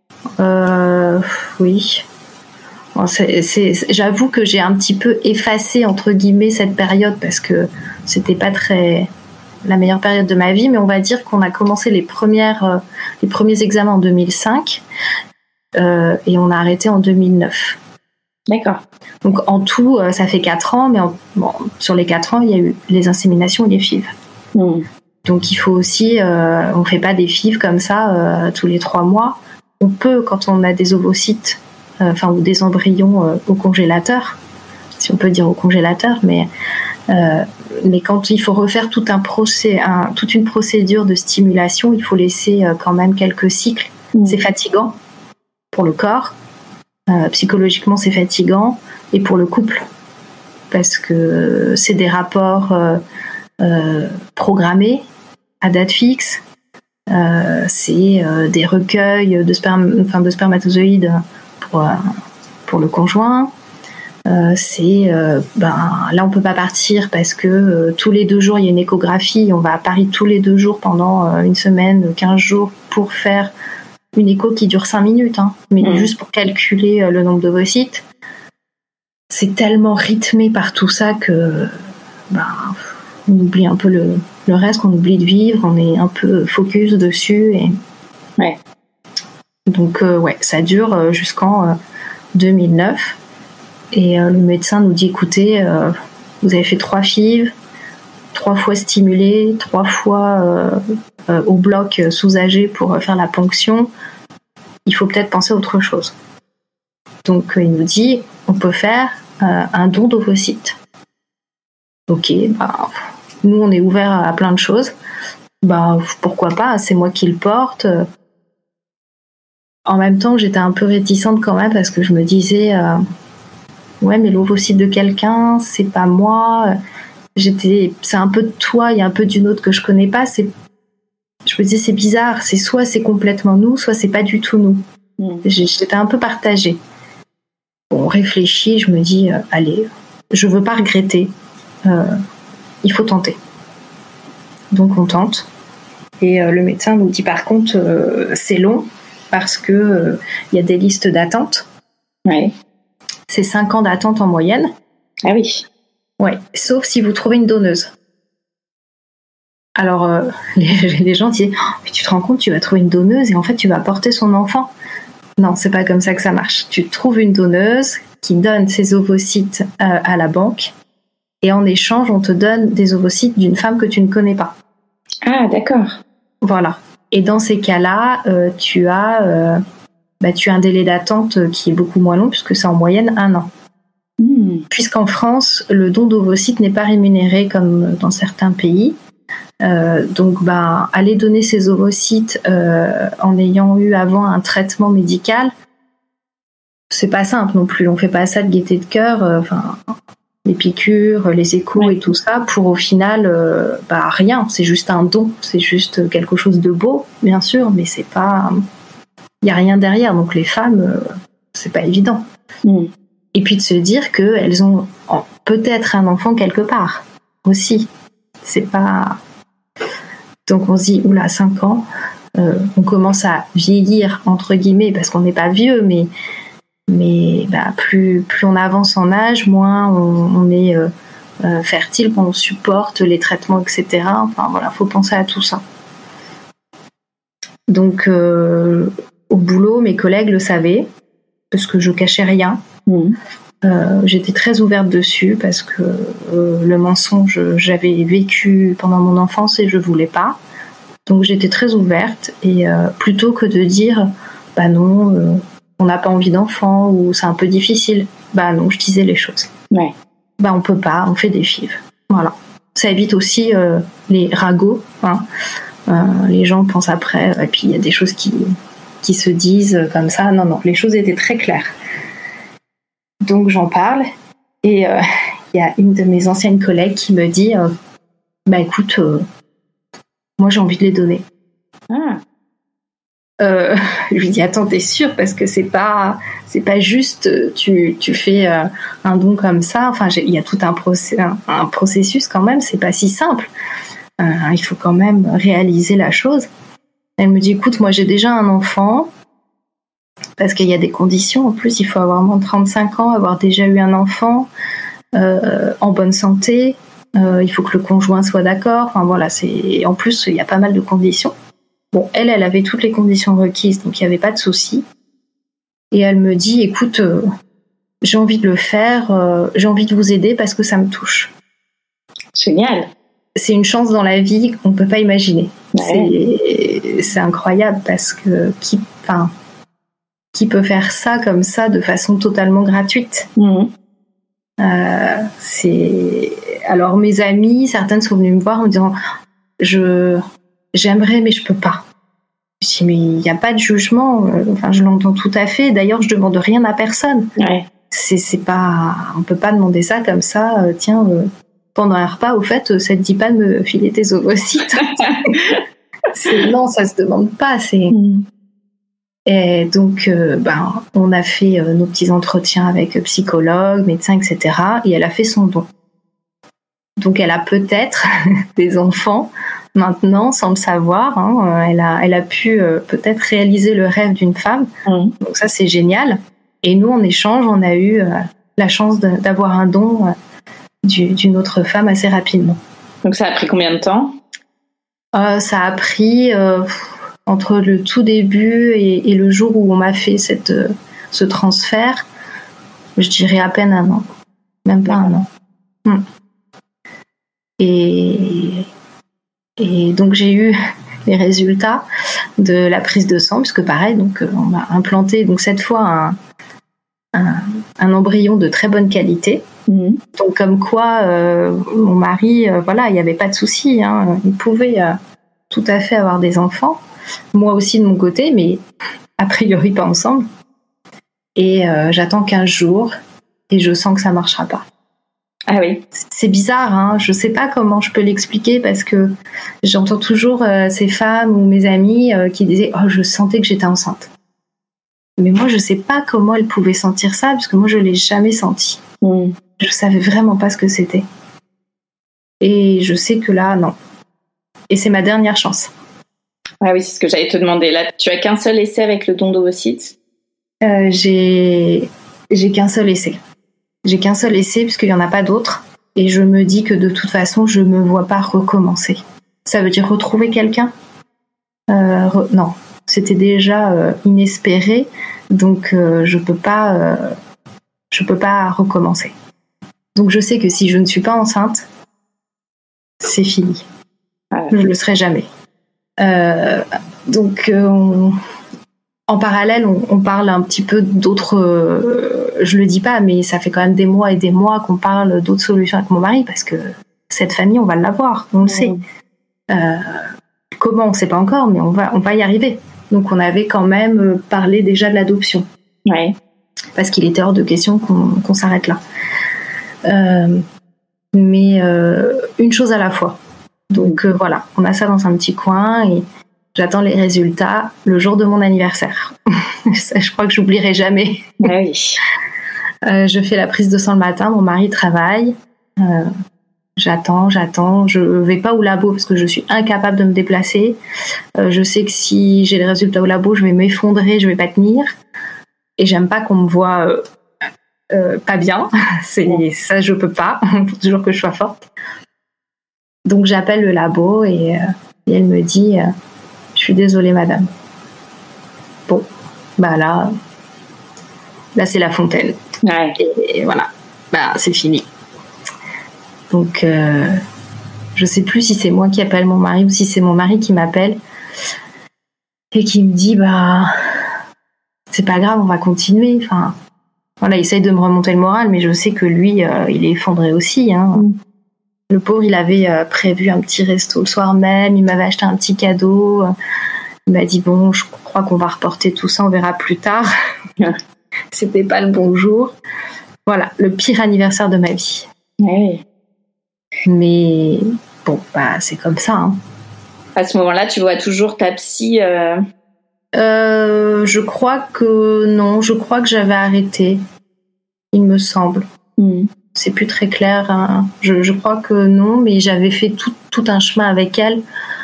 Oui. Bon, j'avoue que j'ai un petit peu effacé entre guillemets cette période parce que c'était pas très la meilleure période de ma vie, mais on va dire qu'on a commencé les premiers examens en 2005 et on a arrêté en 2009. D'accord. Donc en tout, ça fait 4 ans, mais sur les 4 ans, il y a eu les inséminations et les FIV. Donc il faut aussi, on fait pas des FIV comme ça tous les 3 mois. On peut, quand on a des ovocytes, ou des embryons au congélateur, si on peut dire au congélateur, mais quand il faut refaire toute une procédure de stimulation, il faut laisser quand même quelques cycles. C'est fatigant pour le corps, psychologiquement c'est fatigant, et pour le couple, parce que c'est des rapports programmés à date fixe. C'est des recueils de spermatozoïdes pour le conjoint. Là on peut pas partir parce que tous les 2 jours il y a une échographie. On va à Paris tous les 2 jours pendant une semaine, 15 jours pour faire une écho qui dure 5 minutes, mais juste pour calculer le nombre d'ovocytes. C'est tellement rythmé par tout ça que on oublie un peu le reste, qu'on oublie de vivre, on est un peu focus dessus. Donc, ça dure jusqu'en 2009. Et le médecin nous dit, écoutez, vous avez fait 3 FIV, 3 fois stimulés, 3 fois au bloc sous-âgé pour faire la ponction. Il faut peut-être penser à autre chose. Donc, il nous dit, on peut faire un don d'ovocytes. Ok, nous on est ouvert à plein de choses. Pourquoi pas, c'est moi qui le porte. En même temps, j'étais un peu réticente quand même parce que je me disais ouais, mais l'ovocyte de quelqu'un, c'est pas moi. C'est un peu de toi, il y a un peu d'une autre que je connais pas. Je me disais c'est bizarre, soit c'est complètement nous, soit c'est pas du tout nous. J'étais un peu partagée. On réfléchit, je me dis allez, je veux pas regretter. Il faut tenter. Donc on tente. Et le médecin nous dit par contre c'est long parce que y a des listes d'attente. Ouais. C'est 5 ans d'attente en moyenne. Ah oui. Ouais, sauf si vous trouvez une donneuse. Alors les gens disent mais tu te rends compte, tu vas trouver une donneuse et en fait tu vas porter son enfant. Non, c'est pas comme ça que ça marche. Tu trouves une donneuse qui donne ses ovocytes à la banque. Et en échange, on te donne des ovocytes d'une femme que tu ne connais pas. Ah, d'accord. Voilà. Et dans ces cas-là, tu as un délai d'attente qui est beaucoup moins long, puisque c'est en moyenne 1 an. Puisqu'en France, le don d'ovocytes n'est pas rémunéré comme dans certains pays. Donc, aller donner ses ovocytes en ayant eu avant un traitement médical, c'est pas simple non plus. On fait pas ça de gaieté de cœur. Les piqûres, les échos et tout ça, pour au final, rien. C'est juste un don, c'est juste quelque chose de beau, bien sûr, mais c'est pas... Il n'y a rien derrière, donc les femmes, c'est pas évident. Et puis de se dire qu'elles ont peut-être un enfant quelque part aussi. C'est pas... Donc on se dit, oula, 5 ans, on commence à vieillir, entre guillemets, parce qu'on n'est pas vieux, mais plus on avance en âge, moins on est fertile, on supporte les traitements, etc. Enfin voilà, faut penser à tout ça. Donc au boulot, mes collègues le savaient, parce que je cachais rien. J'étais très ouverte dessus parce que le mensonge, j'avais vécu pendant mon enfance et je voulais pas. Donc j'étais très ouverte et plutôt que de dire bah non, on n'a pas envie d'enfant ou c'est un peu difficile, bah non, je disais les choses. Ouais. Bah on peut pas, on fait des FIV. Voilà. Ça évite aussi les ragots. Hein. Les gens pensent après et puis il y a des choses qui se disent comme ça. Non, les choses étaient très claires. Donc j'en parle et il y a une de mes anciennes collègues qui me dit bah écoute, moi j'ai envie de les donner. Je lui dis attends, t'es sûre, parce que c'est pas juste tu fais un don comme ça. Enfin il y a tout un processus quand même, c'est pas si simple. Il faut quand même réaliser la chose. Elle me dit écoute, moi j'ai déjà un enfant. Parce qu'il y a des conditions. En plus, il faut avoir moins de 35 ans, avoir déjà eu un enfant, en bonne santé. Il faut que le conjoint soit d'accord. Enfin voilà, en plus, il y a pas mal de conditions. Bon, elle avait toutes les conditions requises, donc il n'y avait pas de souci. Et elle me dit, écoute, j'ai envie de le faire, j'ai envie de vous aider parce que ça me touche. Génial. C'est une chance dans la vie qu'on ne peut pas imaginer. Ouais. C'est incroyable parce que qui peut faire ça comme ça de façon totalement gratuite. Alors mes amies, certaines sont venues me voir en me disant j'aimerais mais je peux pas. Je dis mais il n'y a pas de jugement, je l'entends tout à fait, d'ailleurs je demande rien à personne. Ouais. C'est pas, on peut pas demander ça comme ça, tiens pendant un repas au fait ça te dit pas de me filer tes ovocytes. Non, ça se demande pas, c'est Et donc, on a fait nos petits entretiens avec psychologue, médecin, etc. Et elle a fait son don. Donc, elle a peut-être des enfants maintenant, sans le savoir. Hein. Elle a pu peut-être réaliser le rêve d'une femme. Donc ça, c'est génial. Et nous, en échange, on a eu la chance d'avoir un don d'une autre femme assez rapidement. Donc, ça a pris combien de temps ? Ça a pris... entre le tout début et le jour où on m'a fait ce transfert, je dirais à peine 1 an. Même pas 1 an. Et donc j'ai eu les résultats de la prise de sang, puisque pareil, donc on m'a implanté donc cette fois un embryon de très bonne qualité. Donc comme quoi mon mari, il n'y avait pas de souci, hein, il pouvait tout à fait avoir des enfants. Moi aussi de mon côté, mais a priori pas ensemble. Et j'attends 15 jours et je sens que ça marchera pas. Ah oui. C'est bizarre, hein, je sais pas comment je peux l'expliquer parce que j'entends toujours ces femmes ou mes amies qui disaient « Oh, je sentais que j'étais enceinte ». Mais moi, je sais pas comment elles pouvaient sentir ça parce que moi, je l'ai jamais senti. Je savais vraiment pas ce que c'était. Et je sais que là, non. Et c'est ma dernière chance. Ah oui, c'est ce que j'allais te demander. Là, tu as qu'un seul essai avec le don d'ovocytes ? J'ai qu'un seul essai. J'ai qu'un seul essai puisqu'il n'y en a pas d'autres. Et je me dis que de toute façon, je ne me vois pas recommencer. Ça veut dire retrouver quelqu'un ? Non, c'était déjà inespéré. Donc, je peux pas recommencer. Donc, je sais que si je ne suis pas enceinte, c'est fini. Je ne le serai jamais. Donc en parallèle on parle un petit peu d'autres je le dis pas mais ça fait quand même des mois et des mois qu'on parle d'autres solutions avec mon mari parce que cette famille on va l'avoir, on le sait. Comment on sait pas encore mais on va y arriver. Donc on avait quand même parlé déjà de l'adoption. Ouais. Parce qu'il était hors de question qu'on s'arrête là. Mais une chose à la fois. Donc voilà, on a ça dans un petit coin et j'attends les résultats le jour de mon anniversaire. Ça, je crois que j'oublierai jamais. Oui. Je fais la prise de sang le matin, mon mari travaille. J'attends. Je vais pas au labo parce que je suis incapable de me déplacer. Je sais que si j'ai les résultats au labo, je vais m'effondrer, je vais pas tenir. Et j'aime pas qu'on me voit pas bien. Ça, je peux pas. Il faut toujours que je sois forte. Donc j'appelle le labo et elle me dit je suis désolée madame. Bon, bah là c'est la fontaine. Ouais. Et voilà, bah c'est fini. Donc je sais plus si c'est moi qui appelle mon mari ou si c'est mon mari qui m'appelle et qui me dit bah c'est pas grave, on va continuer. Enfin voilà, il essaye de me remonter le moral, mais je sais que lui il est effondré aussi. Le pauvre, il avait prévu un petit resto le soir même, il m'avait acheté un petit cadeau. Il m'a dit bon, je crois qu'on va reporter tout ça, on verra plus tard. C'était pas le bon jour. Voilà, le pire anniversaire de ma vie. Oui. Mais bon, bah c'est comme ça. À ce moment-là, tu vois toujours ta psy Je crois que non, je crois que j'avais arrêté. Il me semble. C'est plus très clair. Je crois que non, mais j'avais fait tout un chemin avec elle.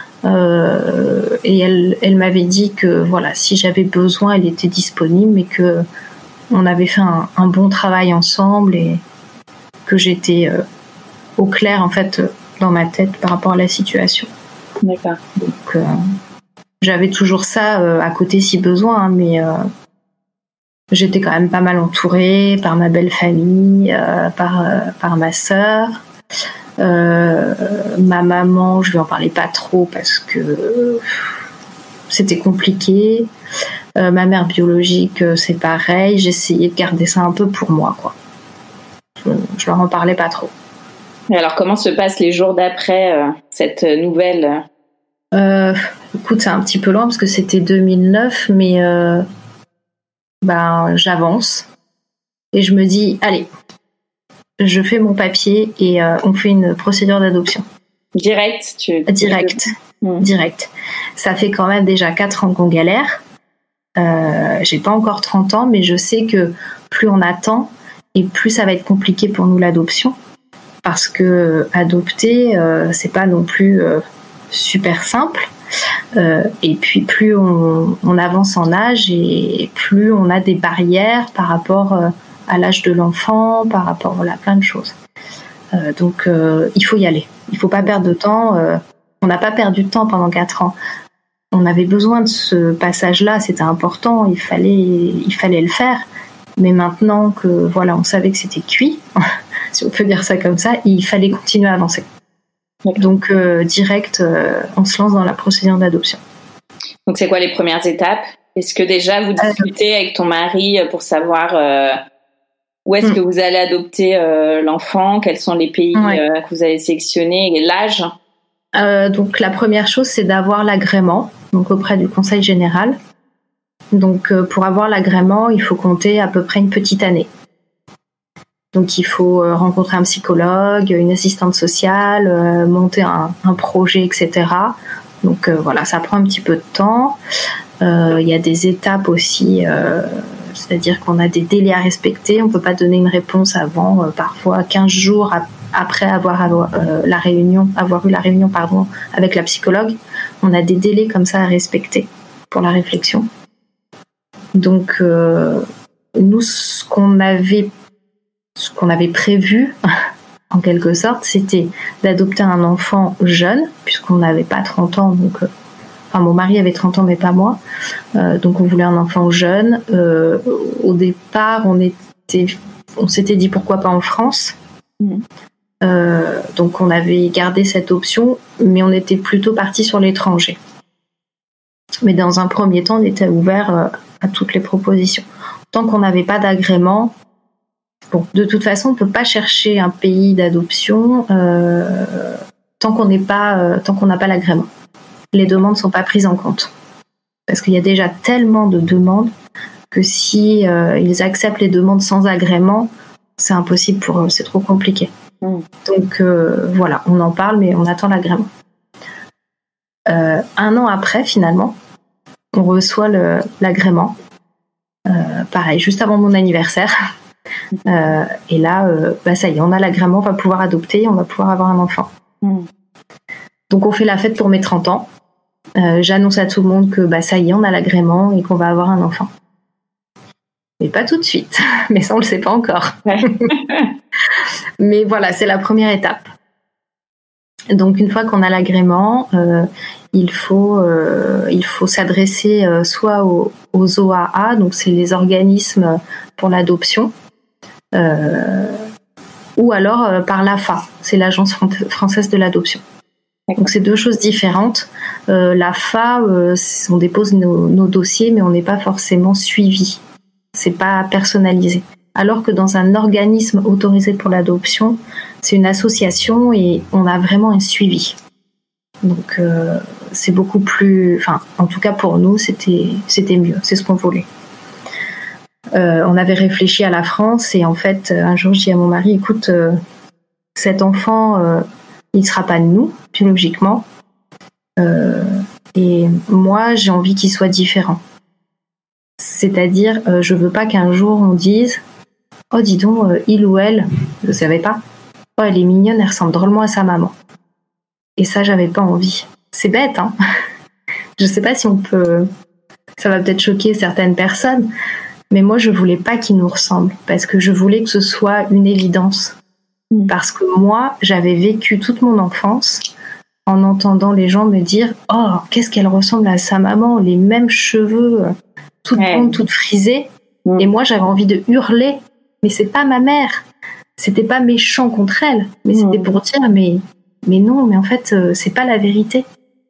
Et elle m'avait dit que voilà, si j'avais besoin, elle était disponible, mais que on avait fait un bon travail ensemble et que j'étais au clair en fait dans ma tête par rapport à la situation. D'accord. Donc j'avais toujours ça à côté si besoin, mais j'étais quand même pas mal entourée par ma belle famille, par ma sœur. Ma maman, je lui en parlais pas trop parce que c'était compliqué. Ma mère biologique, c'est pareil. J'essayais de garder ça un peu pour moi, quoi. Je leur en parlais pas trop. Et alors, comment se passent les jours d'après cette nouvelle Écoute, c'est un petit peu loin parce que c'était 2009, mais j'avance et je me dis, allez, je fais mon papier et on fait une procédure d'adoption. Direct. Direct. Ça fait quand même déjà 4 ans qu'on galère. J'ai pas encore 30 ans, mais je sais que plus on attend et plus ça va être compliqué pour nous l'adoption. Parce que adopter, c'est pas non plus super simple. Et puis plus on avance en âge et plus on a des barrières par rapport à l'âge de l'enfant, par rapport à plein de choses. Donc il faut y aller. Il faut pas perdre de temps. On n'a pas perdu de temps pendant 4 ans. On avait besoin de ce passage-là, c'était important, il fallait le faire. Mais maintenant que voilà, on savait que c'était cuit, si on peut dire ça comme ça, il fallait continuer à avancer. Donc direct, on se lance dans la procédure d'adoption. Donc c'est quoi les premières étapes ? Est-ce que déjà vous discutez avec ton mari pour savoir où est-ce que vous allez adopter l'enfant ? Quels sont les pays que vous allez sélectionner et l'âge ? Donc la première chose, c'est d'avoir l'agrément, donc auprès du Conseil général. Donc pour avoir l'agrément, il faut compter à peu près une petite année. Donc il faut rencontrer un psychologue, une assistante sociale, monter un projet, etc. Donc voilà, ça prend un petit peu de temps. Il y a des étapes aussi, c'est-à-dire qu'on a des délais à respecter. On ne peut pas donner une réponse avant parfois 15 jours après avoir eu la réunion avec la psychologue. On a des délais comme ça à respecter pour la réflexion. Donc nous, ce qu'on avait prévu en quelque sorte, c'était d'adopter un enfant jeune, puisqu'on n'avait pas 30 ans, donc mon mari avait 30 ans mais pas moi, donc on voulait un enfant jeune. Au départ on s'était dit pourquoi pas en France. Donc on avait gardé cette option, mais on était plutôt parti sur l'étranger. Mais dans un premier temps on était ouvert à toutes les propositions. Tant qu'on n'avait pas d'agrément, bon, de toute façon, on ne peut pas chercher un pays d'adoption tant qu'on n'a pas l'agrément. Les demandes ne sont pas prises en compte. Parce qu'il y a déjà tellement de demandes que si ils acceptent les demandes sans agrément, c'est impossible pour eux, c'est trop compliqué. Donc voilà, on en parle, mais on attend l'agrément. 1 an après, finalement, on reçoit l'agrément. Pareil, juste avant mon anniversaire. Et là, ça y est, on a l'agrément, on va pouvoir adopter, on va pouvoir avoir un enfant. Donc on fait la fête pour mes 30 ans. J'annonce à tout le monde que ça y est, on a l'agrément et qu'on va avoir un enfant. Mais pas tout de suite, mais ça on le sait pas encore. Mais voilà, c'est la première étape. Donc une fois qu'on a l'agrément, il faut s'adresser soit aux OAA, donc c'est les organismes pour l'adoption, ou alors par l'AFA, c'est l'Agence française de l'adoption. Donc c'est deux choses différentes. L'AFA, on dépose nos dossiers, mais on n'est pas forcément suivi. C'est pas personnalisé. Alors que dans un organisme autorisé pour l'adoption, c'est une association et on a vraiment un suivi. Donc c'est beaucoup plus... Enfin, en tout cas pour nous, c'était mieux. C'est ce qu'on voulait. On avait réfléchi à la France et en fait, un jour, je dis à mon mari, écoute, cet enfant, il ne sera pas de nous, biologiquement. Et moi, j'ai envie qu'il soit différent. C'est-à-dire, je veux pas qu'un jour on dise « Oh, dis donc, il ou elle, je ne savais pas. Oh, elle est mignonne, elle ressemble drôlement à sa maman. » Et ça, j'avais pas envie. C'est bête, hein. Je sais pas si on peut... Ça va peut-être choquer certaines personnes, mais moi, je voulais pas qu'il nous ressemble, parce que je voulais que ce soit une évidence. Parce que moi, j'avais vécu toute mon enfance en entendant les gens me dire « Oh, qu'est-ce qu'elle ressemble à sa maman, les mêmes cheveux, toute blonde, toute frisée. » Et moi, j'avais envie de hurler « Mais c'est pas ma mère !» C'était pas méchant contre elle, mais c'était pour dire « Mais non, mais en fait, c'est pas la vérité. »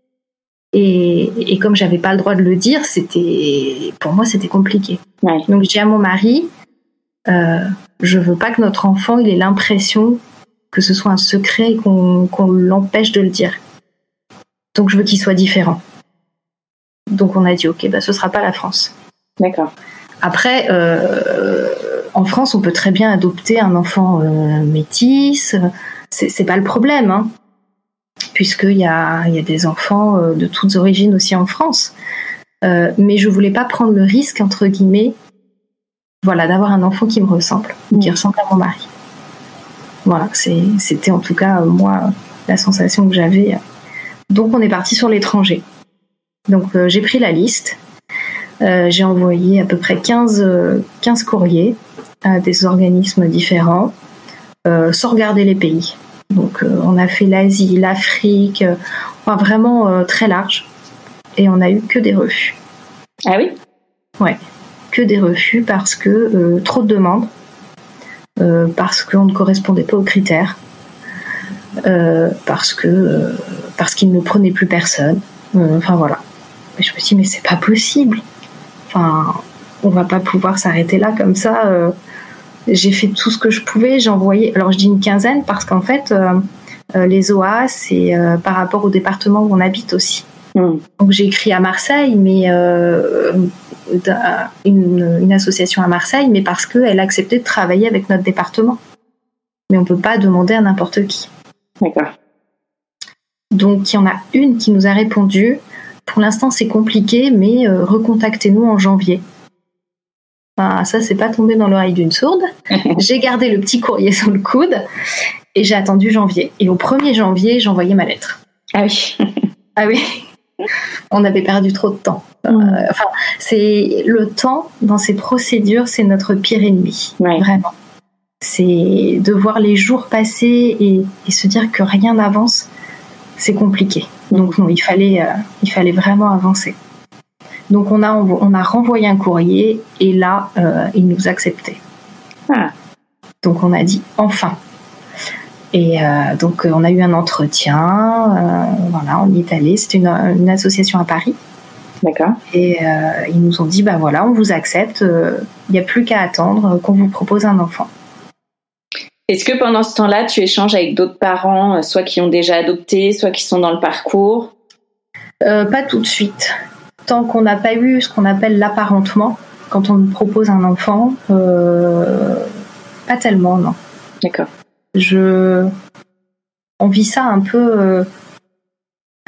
Et comme j'avais pas le droit de le dire, pour moi, c'était compliqué. Donc, je dis à mon mari, je veux pas que notre enfant il ait l'impression que ce soit un secret et qu'on l'empêche de le dire. Donc, je veux qu'il soit différent. Donc, on a dit, ok, ce sera pas la France. D'accord. Après, en France, on peut très bien adopter un enfant métis. C'est pas le problème, hein, puisqu'il y a des enfants de toutes origines aussi en France. Mais je voulais pas prendre le risque, entre guillemets, d'avoir un enfant qui me ressemble, qui ressemble à mon mari. Voilà, c'était en tout cas, moi, la sensation que j'avais. Donc, on est parti sur l'étranger. Donc, j'ai pris la liste. J'ai envoyé à peu près 15 courriers à des organismes différents, sans regarder les pays. Donc, on a fait l'Asie, l'Afrique, vraiment très large. Et on n'a eu que des refus. Ah oui ? Ouais, que des refus parce que trop de demandes, parce qu'on ne correspondait pas aux critères, parce qu'ils ne prenaient plus personne. Voilà. Et je me dis, mais c'est pas possible. On va pas pouvoir s'arrêter là comme ça. J'ai fait tout ce que je pouvais. J'ai envoyé, alors je dis une quinzaine parce qu'en fait, les OA, c'est par rapport au département où on habite aussi. Donc j'ai écrit à Marseille, mais une association à Marseille, mais parce qu'elle a accepté de travailler avec notre département. Mais on peut pas demander à n'importe qui. D'accord. Donc il y en a une qui nous a répondu. Pour l'instant, c'est compliqué, mais recontactez-nous en janvier. Ça, c'est pas tombé dans l'oreille d'une sourde. J'ai gardé le petit courrier sous le coude et j'ai attendu janvier. Et au 1er janvier, j'ai envoyé ma lettre. Ah oui. Ah oui. On avait perdu trop de temps. C'est le temps dans ces procédures, c'est notre pire ennemi. Ouais. Vraiment. C'est de voir les jours passer et se dire que rien n'avance. C'est compliqué. Donc non, il fallait vraiment avancer. Donc on a renvoyé un courrier et là, ils nous acceptaient. Donc on a dit enfin. Et donc on a eu un entretien. On y est allé. C'était une association à Paris. D'accord. Et ils nous ont dit on vous accepte. Il n'y a plus qu'à attendre qu'on vous propose un enfant. Est-ce que pendant ce temps-là, tu échanges avec d'autres parents, soit qui ont déjà adopté, soit qui sont dans le parcours ? Pas tout de suite. Tant qu'on n'a pas eu ce qu'on appelle l'apparentement, quand on nous propose un enfant, pas tellement, non. D'accord. On vit ça un peu,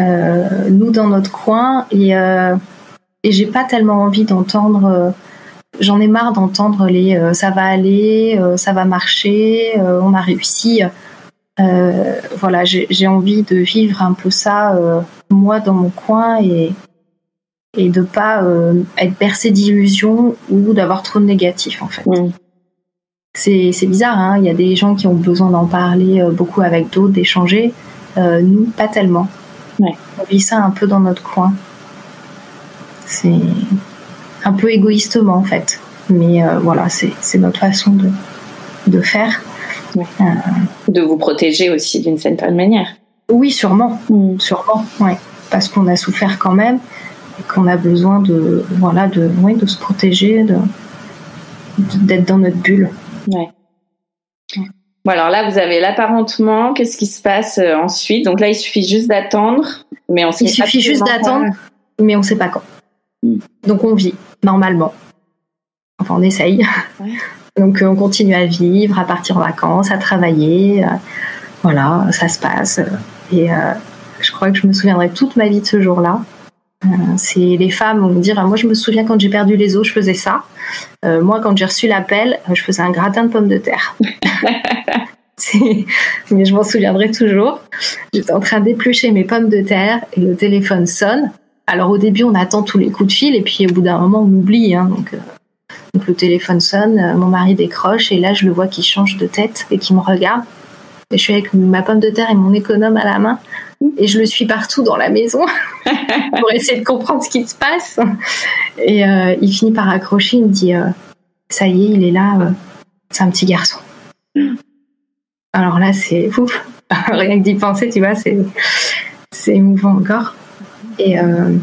nous, dans notre coin, et j'ai pas tellement envie d'entendre j'en ai marre d'entendre ça va aller, ça va marcher, on a réussi. Voilà, j'ai envie de vivre un peu ça, moi, dans mon coin et de pas être bercée d'illusions ou d'avoir trop de négatifs, en fait. C'est bizarre, hein, il y a des gens qui ont besoin d'en parler beaucoup avec d'autres, d'échanger. Nous, pas tellement. Ouais. On vit ça un peu dans notre coin. C'est un peu égoïstement, en fait. Mais voilà, c'est notre façon de faire. Ouais. De vous protéger aussi d'une certaine manière. Oui, sûrement. Sûrement, ouais. Parce qu'on a souffert quand même et qu'on a besoin de se protéger, d'être dans notre bulle. Ouais. Bon, alors là, vous avez l'apparentement. Qu'est-ce qui se passe ensuite? Donc là, il suffit juste d'attendre, mais on sait mais on sait pas quand. Donc on vit normalement. Enfin, on essaye. Ouais. Donc on continue à vivre, à partir en vacances, à travailler. Voilà, ça se passe. Et je crois que je me souviendrai toute ma vie de ce jour-là. C'est les femmes vont me dire, moi je me souviens quand j'ai perdu les os, je faisais ça. Moi, quand j'ai reçu l'appel, je faisais un gratin de pommes de terre. Mais je m'en souviendrai toujours. J'étais en train d'éplucher mes pommes de terre et le téléphone sonne. Alors au début, on attend tous les coups de fil et puis au bout d'un moment, on oublie. Hein, donc le téléphone sonne, mon mari décroche et là, je le vois qui change de tête et qui me regarde. Et je suis avec ma pomme de terre et mon économe à la main et je le suis partout dans la maison pour essayer de comprendre ce qui se passe. Et il finit par accrocher, il me dit ça y est, il est là, c'est un petit garçon. Alors là, c'est ouf. Rien que d'y penser, tu vois, c'est émouvant encore. Et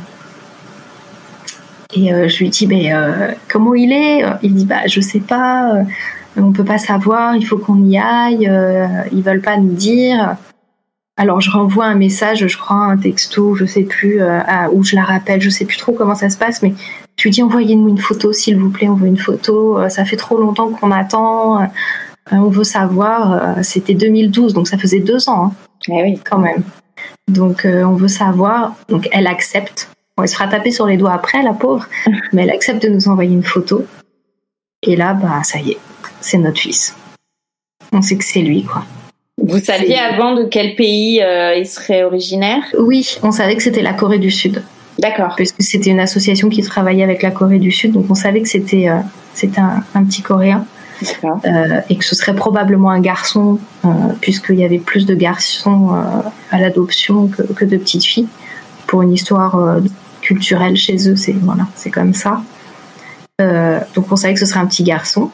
je lui dis comment il est? Il dit je sais pas, on peut pas savoir, il faut qu'on y aille, ils veulent pas nous dire. Alors je renvoie un message, je crois un texto, je sais plus, où je la rappelle, je sais plus trop comment ça se passe, mais je lui dis envoyez-nous une photo s'il vous plaît, on veut une photo, ça fait trop longtemps qu'on attend, on veut savoir. C'était 2012, donc ça faisait 2 ans, hein, oui. Quand même. Donc on veut savoir, donc elle accepte. Bon, elle se fera taper sur les doigts après, la pauvre, mais elle accepte de nous envoyer une photo. Et là, ça y est, c'est notre fils. On sait que c'est lui, quoi. Vous saviez avant de quel pays il serait originaire? Oui, on savait que c'était la Corée du Sud. D'accord. Parce que c'était une association qui travaillait avec la Corée du Sud, donc on savait que c'était un petit Coréen. D'accord. Et que ce serait probablement un garçon, puisqu'il y avait plus de garçons à l'adoption que de petites filles. Pour une histoire culturelle chez eux, c'est comme ça. Donc on savait que ce serait un petit garçon.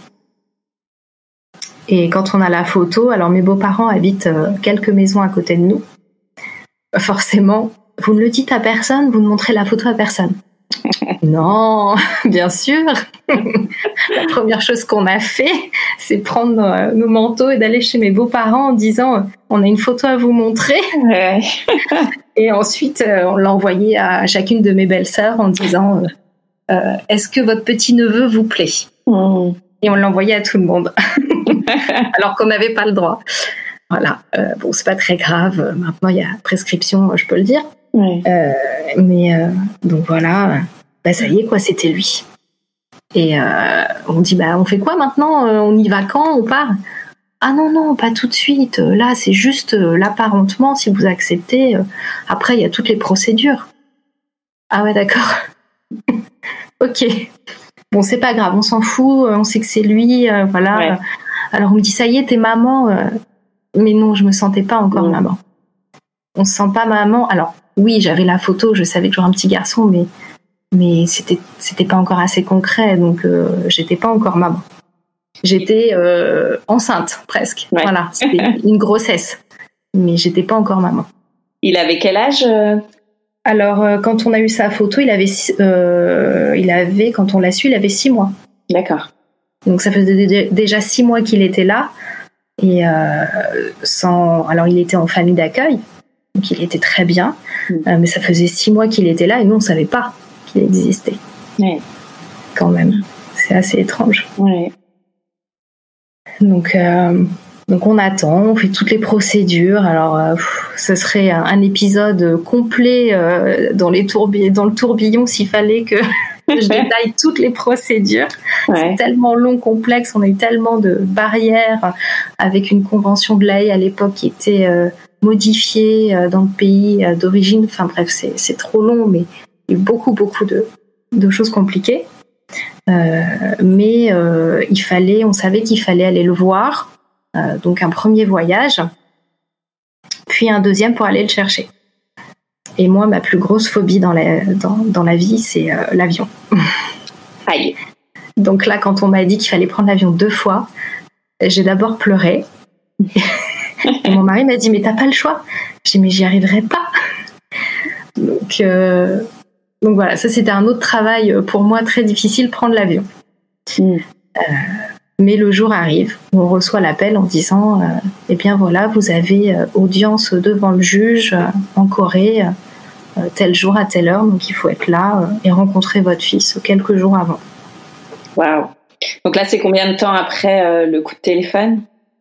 Et quand on a la photo, alors mes beaux-parents habitent quelques maisons à côté de nous. Forcément, vous ne le dites à personne, vous ne montrez la photo à personne. Non, bien sûr. La première chose qu'on a fait, c'est prendre nos manteaux et d'aller chez mes beaux-parents en disant on a une photo à vous montrer. Ouais. Et ensuite, on l'a envoyé à chacune de mes belles-sœurs en disant est-ce que votre petit-neveu vous plaît? Et on l'a envoyé à tout le monde. Alors qu'on n'avait pas le droit. Voilà. Bon, c'est pas très grave. Maintenant, il y a prescription, je peux le dire. Ouais. Mais donc voilà, ça y est, quoi, c'était lui. Et on dit on fait quoi maintenant? On y va quand? On part? Ah non, pas tout de suite. Là, c'est juste l'apparentement, si vous acceptez. Après, il y a toutes les procédures. Ah ouais, d'accord. Ok. Bon, c'est pas grave, on s'en fout, on sait que c'est lui, voilà. Ouais. Alors on me dit, ça y est, t'es maman. Mais non, je me sentais pas encore maman. On se sent pas maman. Alors oui, j'avais la photo, je savais que j'aurais un petit garçon, mais c'était pas encore assez concret, donc j'étais pas encore maman. J'étais enceinte presque. Ouais. Voilà, c'était une grossesse, mais j'étais pas encore maman. Il avait quel âge? Alors quand on a eu sa photo, il avait quand on l'a su, il avait 6 mois. D'accord. Donc ça faisait déjà 6 mois qu'il était là, et alors il était en famille d'accueil. Donc il était très bien, mais ça faisait 6 mois qu'il était là et nous on savait pas qu'il existait. Ouais. Quand même, c'est assez étrange. Ouais. Donc on attend, on fait toutes les procédures. Alors ce serait un épisode complet dans le tourbillon s'il fallait que Je détaille toutes les procédures. C'est tellement long, complexe. On a eu tellement de barrières avec une convention de l'Haye à l'époque qui était modifiée dans le pays d'origine. Enfin bref, c'est trop long, mais il y a eu beaucoup de choses compliquées. Mais on savait qu'il fallait aller le voir. Donc un premier voyage, puis un deuxième pour aller le chercher. Et moi, ma plus grosse phobie dans la vie, c'est l'avion. Aïe. Donc là, quand on m'a dit qu'il fallait prendre l'avion 2 fois, j'ai d'abord pleuré. Et mon mari m'a dit, mais t'as pas le choix. J'ai dit, mais j'y arriverai pas. Donc voilà, ça c'était un autre travail pour moi très difficile, prendre l'avion. Mais le jour arrive où on reçoit l'appel en disant eh bien voilà, vous avez audience devant le juge en Corée tel jour à telle heure, donc il faut être là et rencontrer votre fils quelques jours avant. Waouh. Donc là, c'est combien de temps après le coup de téléphone ?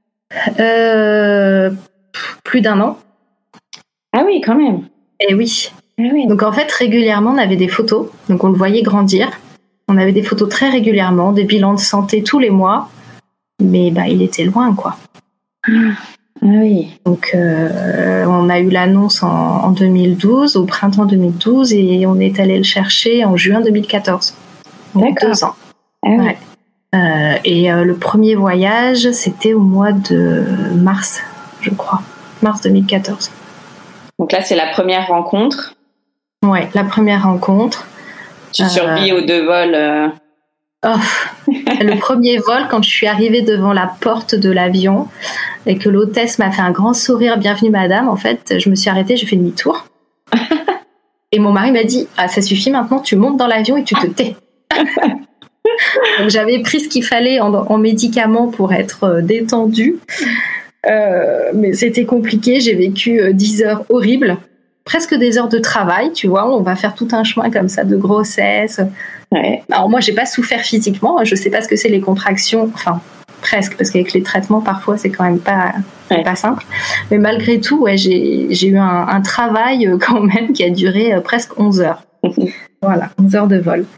Plus d'1 an. Ah oui, quand même. Et oui. Ah oui. Donc en fait, régulièrement, on avait des photos, donc on le voyait grandir. On avait des photos très régulièrement, des bilans de santé tous les mois, mais il était loin, quoi. Ah oui. Donc on a eu l'annonce en 2012, au printemps 2012, et on est allé le chercher en juin 2014. Donc 2 ans. Ah oui. Ouais. Et le premier voyage, c'était au mois de mars, je crois. Mars 2014. Donc là, c'est la première rencontre. Ouais, la première rencontre. Tu survis aux 2 vols. Le premier vol, quand je suis arrivée devant la porte de l'avion et que l'hôtesse m'a fait un grand sourire, bienvenue madame, en fait, je me suis arrêtée, j'ai fait demi-tour. Et mon mari m'a dit, ça suffit maintenant, tu montes dans l'avion et tu te tais. Donc j'avais pris ce qu'il fallait en médicaments pour être détendue. Mais c'était compliqué, j'ai vécu 10 heures horribles. Presque des heures de travail, tu vois, on va faire tout un chemin comme ça de grossesse. Ouais. Alors moi, j'ai pas souffert physiquement, je sais pas ce que c'est les contractions, enfin presque, parce qu'avec les traitements, parfois, c'est quand même pas simple. Mais malgré tout, j'ai eu un travail quand même qui a duré presque 11 heures. Voilà, 11 heures de vol.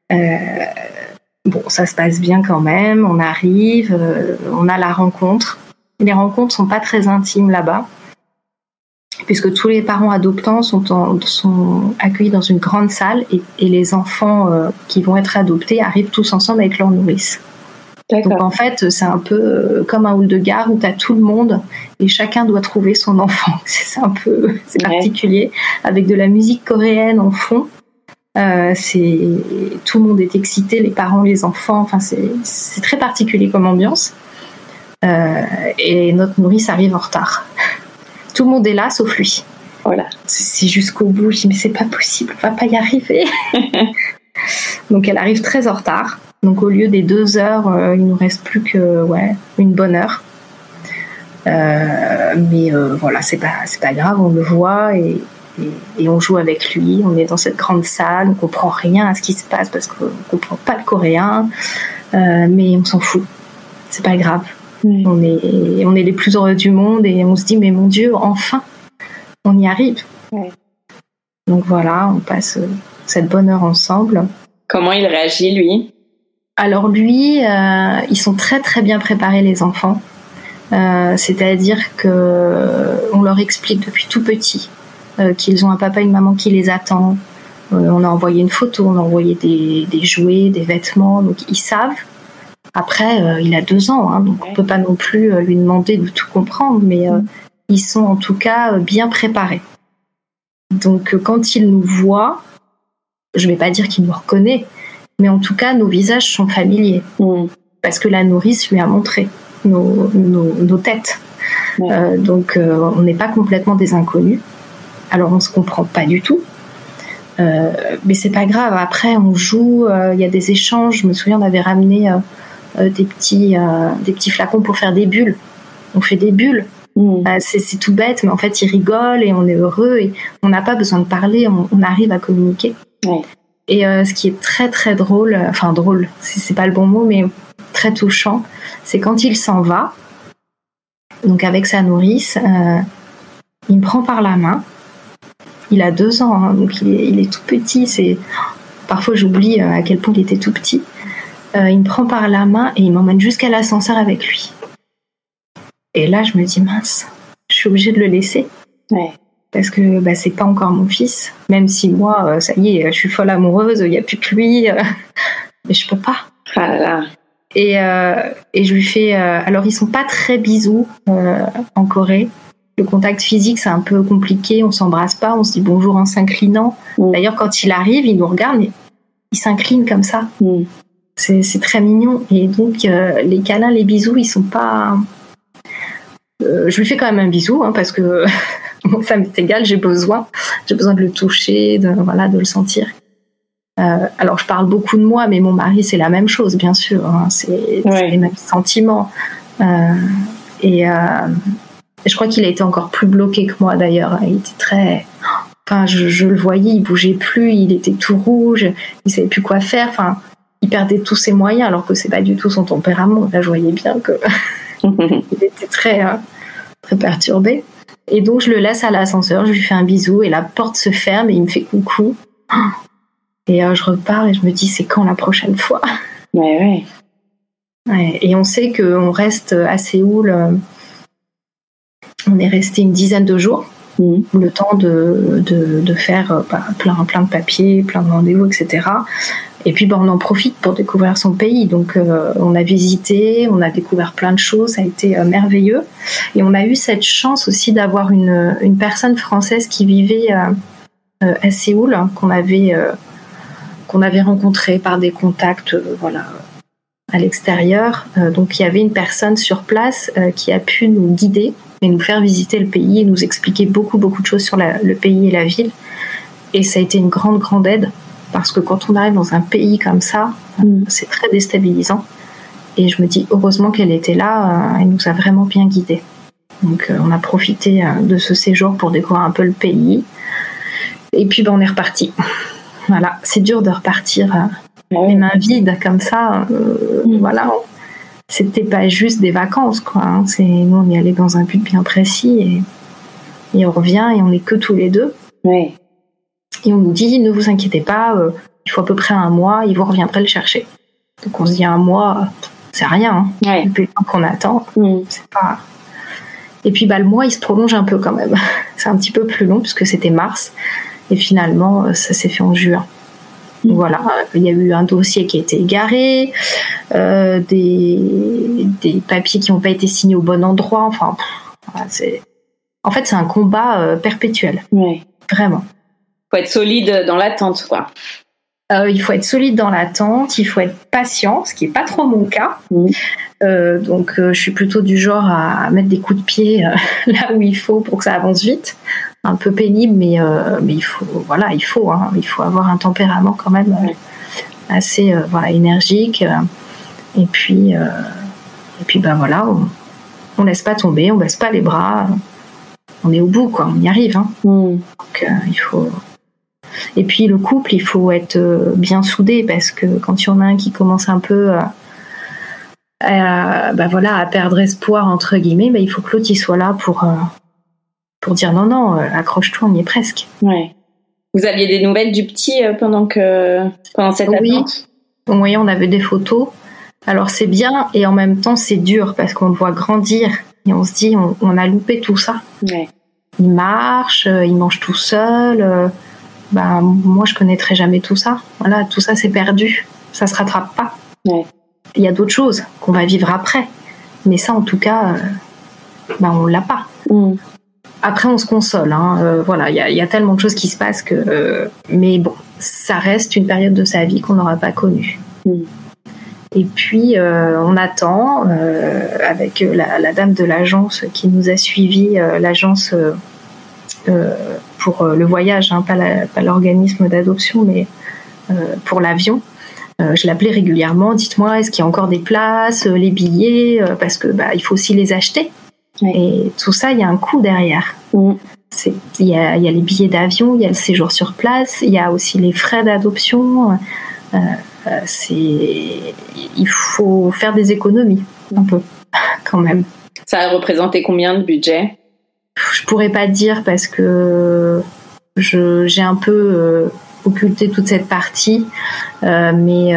Bon, ça se passe bien quand même, on arrive, on a la rencontre. Les rencontres sont pas très intimes là-bas, puisque tous les parents adoptants sont accueillis dans une grande salle et les enfants qui vont être adoptés arrivent tous ensemble avec leur nourrice. D'accord. Donc en fait, c'est un peu comme un hall de gare où tu as tout le monde et chacun doit trouver son enfant. C'est particulier, avec de la musique coréenne en fond. Tout le monde est excité, les parents, les enfants. Enfin, c'est très particulier comme ambiance. Et notre nourrice arrive en retard. Tout le monde est là, sauf lui. Voilà. C'est jusqu'au bout. Je dis, mais c'est pas possible, on va pas y arriver. Donc, elle arrive très en retard. Donc, au lieu des 2 heures, il nous reste plus que une bonne heure. Mais voilà, c'est pas grave, on le voit et on joue avec lui. On est dans cette grande salle, on comprend rien à ce qui se passe parce qu'on comprend pas le coréen. Mais on s'en fout. C'est pas grave. On est les plus heureux du monde et on se dit mais mon Dieu, enfin on y arrive. Donc voilà, on passe cette bonne heure ensemble. Comment il réagit lui ? Alors lui, ils sont très très bien préparés les enfants. C'est-à-dire que on leur explique depuis tout petit qu'ils ont un papa et une maman qui les attend. On a envoyé une photo, on a envoyé des jouets, des vêtements, donc ils savent. Après, il a 2 ans, hein, donc on ne peut pas non plus lui demander de tout comprendre, mais ils sont en tout cas bien préparés. Donc quand il nous voit, je ne vais pas dire qu'il nous reconnaît, mais en tout cas, nos visages sont familiers. Parce que la nourrice lui a montré nos têtes. Donc on n'est pas complètement des inconnus. Alors on ne se comprend pas du tout. Mais c'est pas grave. Après, on joue, il y a des échanges. Je me souviens, on avait ramené des petits flacons pour faire des bulles. On fait des bulles. C'est tout bête, mais en fait, ils rigolent et on est heureux et on n'a pas besoin de parler, on arrive à communiquer. Et ce qui est très très drôle, enfin drôle, c'est pas le bon mot, mais très touchant, c'est quand il s'en va, donc avec sa nourrice, il me prend par la main. Il a 2 ans, hein, donc il est tout petit. Parfois, j'oublie à quel point il était tout petit. Il me prend par la main et il m'emmène jusqu'à l'ascenseur avec lui. Et là, je me dis, mince, je suis obligée de le laisser. Ouais. Parce que c'est pas encore mon fils. Même si moi, ça y est, je suis folle amoureuse, il n'y a plus que lui. Mais je peux pas. Ah là là. Et je lui fais... alors, ils sont pas très bisous en Corée. Le contact physique, c'est un peu compliqué. On s'embrasse pas, on se dit bonjour en s'inclinant. D'ailleurs, quand il arrive, il nous regarde, mais il s'incline comme ça. C'est très mignon. Et donc, les câlins, les bisous, ils sont pas... je lui fais quand même un bisou, parce que ça m'est égal, j'ai besoin de le toucher, de le sentir. Alors, je parle beaucoup de moi, mais mon mari, c'est la même chose, bien sûr. C'est les mêmes sentiments. Et je crois qu'il a été encore plus bloqué que moi, d'ailleurs. Il était très... Enfin, je le voyais, il bougeait plus, il était tout rouge, il savait plus quoi faire. Enfin, il perdait tous ses moyens, alors que c'est pas du tout son tempérament. Là, je voyais bien que il était très, très perturbé. Et donc, je le laisse à l'ascenseur, je lui fais un bisou, et la porte se ferme, et il me fait coucou. Et je repars, et je me dis, c'est quand la prochaine fois ? Ouais. Et on sait qu'on reste à Séoul, on est resté une dizaine de jours, le temps de faire plein de papiers, plein de rendez-vous, etc. Et puis on en profite pour découvrir son pays. Donc on a visité, on a découvert plein de choses, ça a été merveilleux. Et on a eu cette chance aussi d'avoir une personne française qui vivait à Séoul, qu'on avait rencontrée par des contacts à l'extérieur. Donc il y avait une personne sur place qui a pu nous guider et nous faire visiter le pays et nous expliquer beaucoup de choses sur le pays et la ville. Et ça a été une grande aide, parce que quand on arrive dans un pays comme ça, c'est très déstabilisant. Et je me dis, heureusement qu'elle était là, elle nous a vraiment bien guidés. Donc on a profité de ce séjour pour découvrir un peu le pays. Et puis on est reparti. Voilà, c'est dur de repartir les mains vides comme ça. C'était pas juste des vacances, quoi. Nous, on y allait dans un but bien précis, et on revient et on n'est que tous les deux. Ouais. Et on nous dit, ne vous inquiétez pas, il faut à peu près 1 mois, et vous reviendrez le chercher. Donc on se dit 1 mois, c'est rien. Depuis le temps qu'on attend, c'est pas... Et puis le mois, il se prolonge un peu quand même. C'est un petit peu plus long, puisque c'était mars, et finalement, ça s'est fait en juin. Donc voilà, il y a eu un dossier qui a été égaré, des papiers qui n'ont pas été signés au bon endroit. Enfin, c'est un combat perpétuel. Ouais. Vraiment. Il faut être solide dans l'attente, quoi. Il faut être solide dans l'attente, il faut être patient, ce qui n'est pas trop mon cas. Donc, je suis plutôt du genre à mettre des coups de pied là où il faut pour que ça avance vite. Un peu pénible, mais il faut avoir un tempérament quand même assez énergique. Et puis on laisse pas tomber, on baisse pas les bras. On est au bout, quoi. On y arrive. Donc il faut. Et puis le couple, il faut être bien soudé, parce que quand il y en a un qui commence un peu à perdre espoir entre guillemets, il faut que l'autre il soit là pour dire non, accroche-toi, on y est presque. Ouais. Vous aviez des nouvelles du petit pendant cette attente ? Oui, on avait des photos. Alors c'est bien, et en même temps c'est dur, parce qu'on le voit grandir et on se dit on a loupé tout ça. Ouais. Il marche, il mange tout seul. Moi je connaîtrais jamais tout ça. Voilà, tout ça c'est perdu. Ça se rattrape pas. Ouais. Il y a d'autres choses qu'on va vivre après, mais ça en tout cas, on l'a pas. Après, on se console. Il y a tellement de choses qui se passent que... mais bon, ça reste une période de sa vie qu'on n'aura pas connue. Et puis, on attend, avec la dame de l'agence qui nous a suivis, l'agence pour le voyage, pas l'organisme d'adoption, mais pour l'avion. Je l'appelais régulièrement. Dites-moi, est-ce qu'il y a encore des places, les billets, parce que il faut aussi les acheter. Ouais. Et tout ça, il y a un coût derrière. Il y a les billets d'avion, il y a le séjour sur place, il y a aussi les frais d'adoption. Il faut faire des économies, un peu, quand même. Ça a représenté combien de budget ? Je pourrais pas te dire, parce que j'ai un peu occulté toute cette partie, mais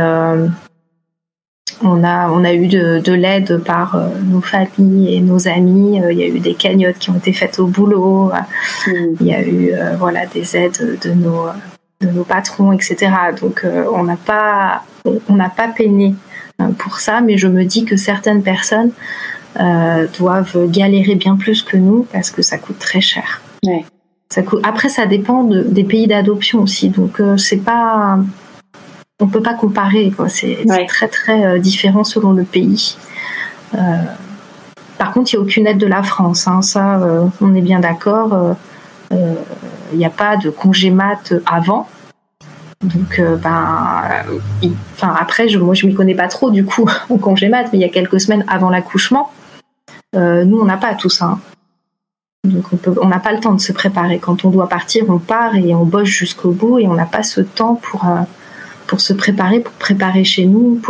on a eu de l'aide par nos familles et nos amis. Il y a eu des cagnottes qui ont été faites au boulot. Il y a eu des aides de nos patrons, etc. Donc on n'a pas peiné pour ça, mais je me dis que certaines personnes doivent galérer bien plus que nous parce que ça coûte très cher. Ouais. Après, ça dépend des pays d'adoption aussi. Donc c'est pas... On peut pas comparer, quoi. C'est très très différent selon le pays. Par contre, il n'y a aucune aide de la France, hein. Ça, on est bien d'accord. Il n'y a pas de congé mat avant. Donc, après, moi, je m'y connais pas trop du coup au congé mat, mais il y a quelques semaines avant l'accouchement, nous, on n'a pas tout ça. Hein. Donc, on n'a pas le temps de se préparer. Quand on doit partir, on part et on bosse jusqu'au bout, et on n'a pas ce temps pour se préparer, pour préparer chez nous,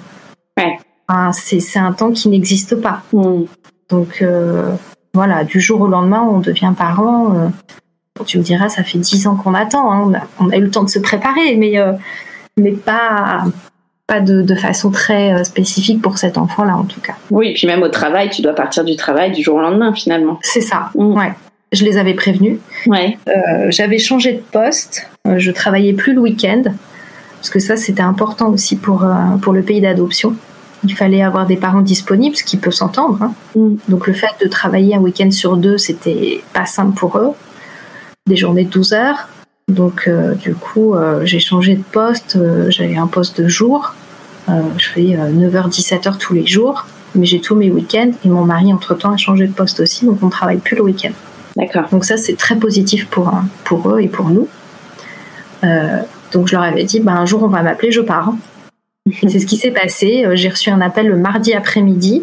c'est un temps qui n'existe pas. Donc du jour au lendemain, on devient parent. Tu me diras, ça fait 10 ans qu'on attend. Hein. On a eu le temps de se préparer, mais pas de façon très spécifique pour cet enfant-là, en tout cas. Oui, et puis même au travail, tu dois partir du travail du jour au lendemain, finalement. C'est ça, ouais. Je les avais prévenus. Ouais. J'avais changé de poste. Je travaillais plus le week-end. Parce que ça, c'était important aussi pour le pays d'adoption. Il fallait avoir des parents disponibles, ce qui peut s'entendre. Hein. Donc le fait de travailler un week-end sur 2, c'était pas simple pour eux. Des journées de 12 heures. Donc du coup, j'ai changé de poste. J'avais un poste de jour. Je fais 9h, 17h tous les jours. Mais j'ai tous mes week-ends. Et mon mari, entre-temps, a changé de poste aussi. Donc on ne travaille plus le week-end. D'accord. Donc ça, c'est très positif pour eux et pour nous. Donc je leur avais dit, un jour on va m'appeler, je pars. Et c'est ce qui s'est passé. J'ai reçu un appel le mardi après-midi.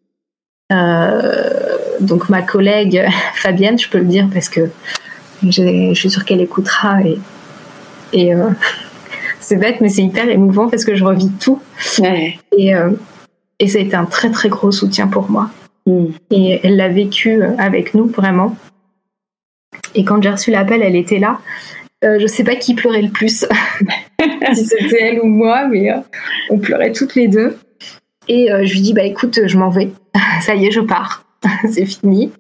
Donc ma collègue Fabienne, je peux le dire parce que je suis sûre qu'elle écoutera. Et c'est bête, mais c'est hyper émouvant parce que je revis tout. Ouais. Et ça a été un très très gros soutien pour moi. Et elle l'a vécu avec nous, vraiment. Et quand j'ai reçu l'appel, elle était là. Je sais pas qui pleurait le plus, si c'était elle ou moi, mais on pleurait toutes les deux. Et je lui dis, écoute, je m'en vais. Ça y est, je pars. C'est fini.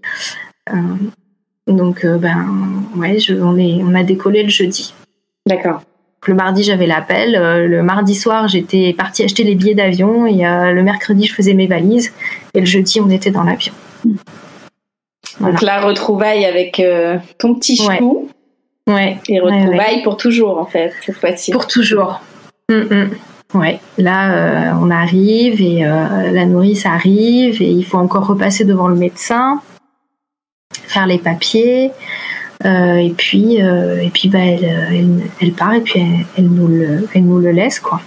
Donc, on a décollé le jeudi. D'accord. Le mardi, j'avais l'appel. Le mardi soir, j'étais partie acheter les billets d'avion. Et le mercredi, je faisais mes valises. Et le jeudi, on était dans l'avion. Voilà. Donc la retrouvaille avec ton petit chou. Ouais. Et retrouvailles pour toujours, en fait, cette fois-ci. Pour toujours. Ouais. Là, on arrive et la nourrice arrive et il faut encore repasser devant le médecin, faire les papiers. Et puis elle part et puis elle nous le laisse, quoi.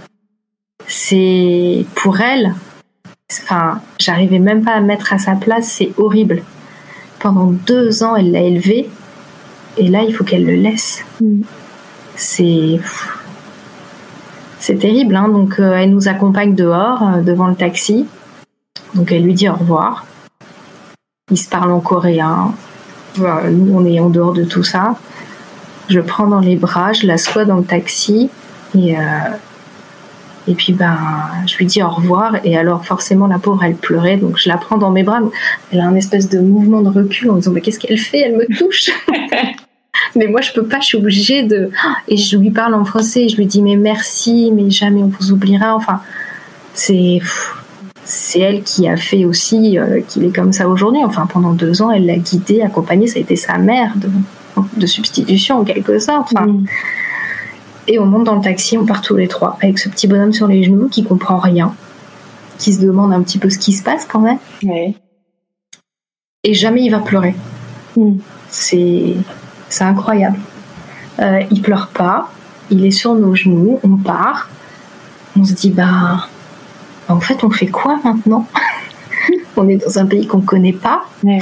C'est pour elle. Enfin, j'arrivais même pas à me mettre à sa place. C'est horrible. Pendant 2 ans, elle l'a élevé. Et là, il faut qu'elle le laisse. C'est terrible, hein. Donc, elle nous accompagne dehors, devant le taxi. Donc, elle lui dit au revoir. Ils se parlent en coréen. Voilà, nous, on est en dehors de tout ça. Je le prends dans les bras, je l'assois dans le taxi. Et puis, je lui dis au revoir. Et alors, forcément, la pauvre, elle pleurait. Donc, je la prends dans mes bras. Elle a un espèce de mouvement de recul en me disant, qu'est-ce qu'elle fait ? Elle me touche. Mais moi, je peux pas, je suis obligée de... Et je lui parle en français, et je lui dis, mais merci, mais jamais on vous oubliera. Enfin, c'est elle qui a fait aussi qu'il est comme ça aujourd'hui. Enfin, pendant 2 ans, elle l'a guidé, accompagné. Ça a été sa mère de substitution, en quelque sorte. Enfin, et on monte dans le taxi, on part tous les 3, avec ce petit bonhomme sur les genoux qui comprend rien, qui se demande un petit peu ce qui se passe quand même. Ouais. Et jamais il va pleurer. C'est incroyable. Il pleure pas, il est sur nos genoux, on part. On se dit, en fait, on fait quoi maintenant ? On est dans un pays qu'on connaît pas. Ouais.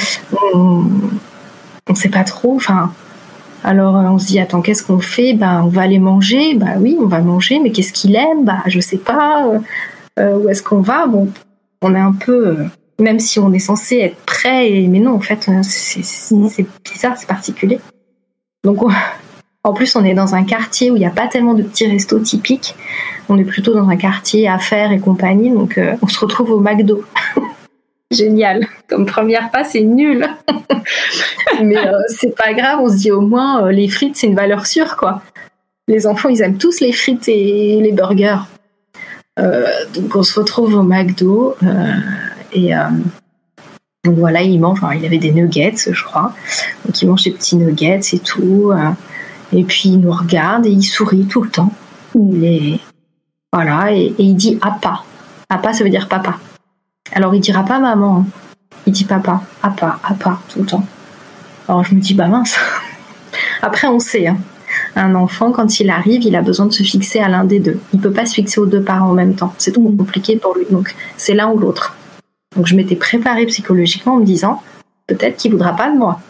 On sait pas trop. Enfin, alors on se dit, attends, qu'est-ce qu'on fait ? On va aller manger. Oui, on va manger, mais qu'est-ce qu'il aime ? Je sais pas. Où est-ce qu'on va ? Bon, on est un peu... même si on est censé être prêt, mais non, en fait, c'est bizarre, c'est particulier. Donc, En plus, on est dans un quartier où il n'y a pas tellement de petits restos typiques. On est plutôt dans un quartier affaires et compagnie, donc on se retrouve au McDo. Génial. Comme première pas, c'est nul. Mais c'est pas grave, on se dit au moins, les frites, c'est une valeur sûre, quoi. Les enfants, ils aiment tous les frites et les burgers. Donc on se retrouve au McDo et donc voilà, il mange. Il avait des nuggets, je crois. Donc il mange ses petits nuggets et tout. Et puis il nous regarde et il sourit tout le temps. Voilà, et il dit Appa. Appa, ça veut dire papa. Alors il dira pas maman, hein. Il dit papa, Appa, Appa, tout le temps. Alors je me dis mince. Après on sait, hein. Un enfant, quand il arrive, il a besoin de se fixer à l'un des deux. Il peut pas se fixer aux deux parents en même temps. C'est trop compliqué pour lui. Donc c'est l'un ou l'autre. Donc je m'étais préparée psychologiquement en me disant peut-être qu'il voudra pas de moi.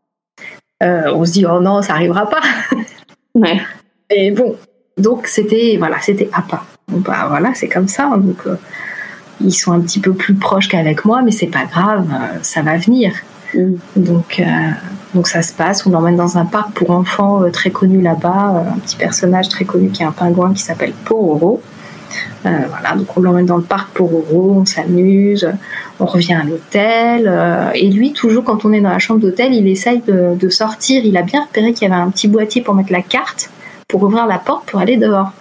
On se dit oh non, ça arrivera pas. Ouais. Et bon, donc c'était Appa. Bon, bah voilà, c'est comme ça. Donc ils sont un petit peu plus proches qu'avec moi, mais c'est pas grave, ça va venir. Donc ça se passe, on l'emmène dans un parc pour enfants très connu là-bas, un petit personnage très connu qui est un pingouin qui s'appelle Pororo. Voilà, donc on l'emmène dans le parc Pororo, on s'amuse, on revient à l'hôtel, et lui toujours quand on est dans la chambre d'hôtel, il essaye de sortir. Il a bien repéré qu'il y avait un petit boîtier pour mettre la carte, pour ouvrir la porte pour aller dehors.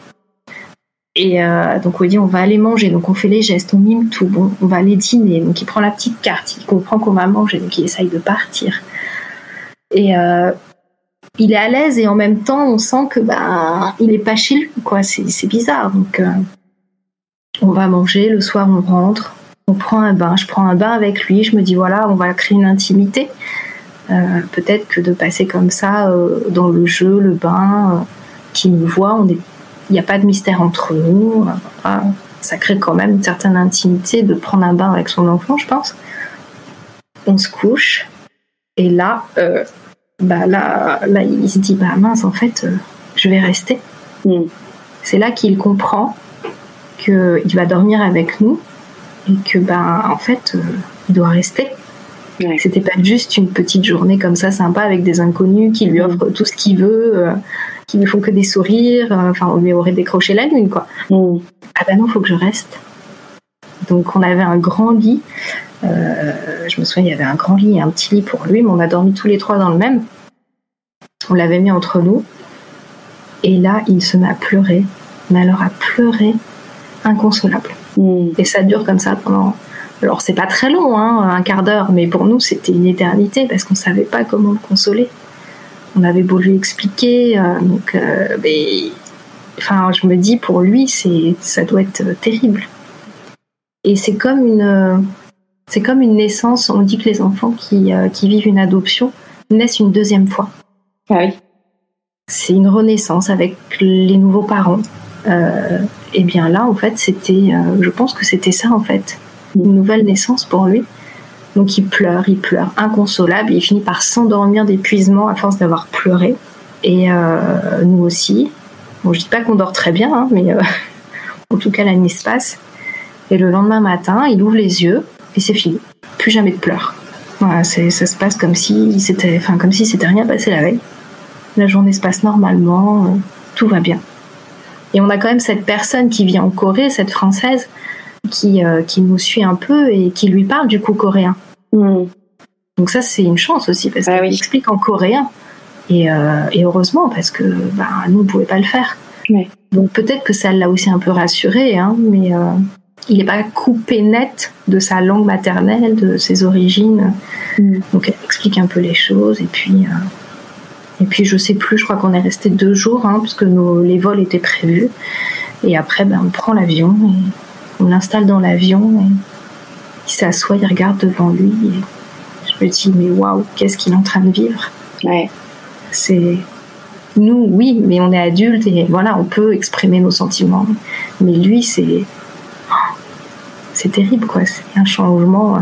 Et donc on dit on va aller manger, donc on fait les gestes, on mime tout, bon, on va aller dîner, donc il prend la petite carte, il comprend qu'on va manger, donc il essaye de partir. Et il est à l'aise et en même temps on sent que il est pas chez lui, quoi. C'est bizarre. Donc on va manger, le soir on rentre, on prend un bain, je prends un bain avec lui, je me dis voilà, on va créer une intimité. Peut-être que de passer comme ça dans le jeu, le bain, qui nous voit, il n'y a pas de mystère entre nous. Ça crée quand même une certaine intimité de prendre un bain avec son enfant, je pense. On se couche et là, il se dit mince, en fait, je vais rester. C'est là qu'il comprend qu'il va dormir avec nous et que en fait, il doit rester. Ouais. C'était pas juste une petite journée comme ça sympa avec des inconnus qui lui offrent tout ce qu'il veut, qui lui font que des sourires, on lui aurait décroché la lune, quoi. Ah ben non, faut que je reste. Donc on avait un grand lit, je me souviens, il y avait un grand lit et un petit lit pour lui, mais on a dormi tous les trois dans le même. On l'avait mis entre nous, et là il se met à pleurer, mais alors à pleurer inconsolable. Et ça dure comme ça pendant... Alors c'est pas très long, un quart d'heure, mais pour nous c'était une éternité parce qu'on savait pas comment le consoler. On avait beau lui expliquer, je me dis pour lui ça doit être terrible. Et c'est comme une naissance. On dit que les enfants qui vivent une adoption naissent une deuxième fois. Ah oui. C'est une renaissance avec les nouveaux parents. Et bien là en fait c'était, je pense que c'était ça en fait. Une nouvelle naissance pour lui. Donc il pleure inconsolable, il finit par s'endormir d'épuisement à force d'avoir pleuré. Et nous aussi. Bon, je dis pas qu'on dort très bien, mais en tout cas la nuit se passe. Et le lendemain matin, il ouvre les yeux et c'est fini. Plus jamais de pleurs. Voilà, ça se passe comme si s'était rien passé la veille. La journée se passe normalement, tout va bien. Et on a quand même cette personne qui vit en Corée, cette Française, qui nous suit un peu et qui lui parle du coup coréen. Donc ça c'est une chance aussi parce qu'il explique en coréen et heureusement parce que nous on pouvait pas le faire. Donc peut-être que ça l'a aussi un peu rassuré, mais il n'est pas coupé net de sa langue maternelle, de ses origines. Donc elle explique un peu les choses et puis je sais plus, je crois qu'on est resté 2 jours parce que les vols étaient prévus et après on prend l'avion et on l'installe dans l'avion et il s'assoit, il regarde devant lui et je me dis mais waouh, qu'est-ce qu'il est en train de vivre. C'est nous, oui, mais on est adultes et voilà, on peut exprimer nos sentiments, mais lui c'est terrible, quoi. C'est un changement.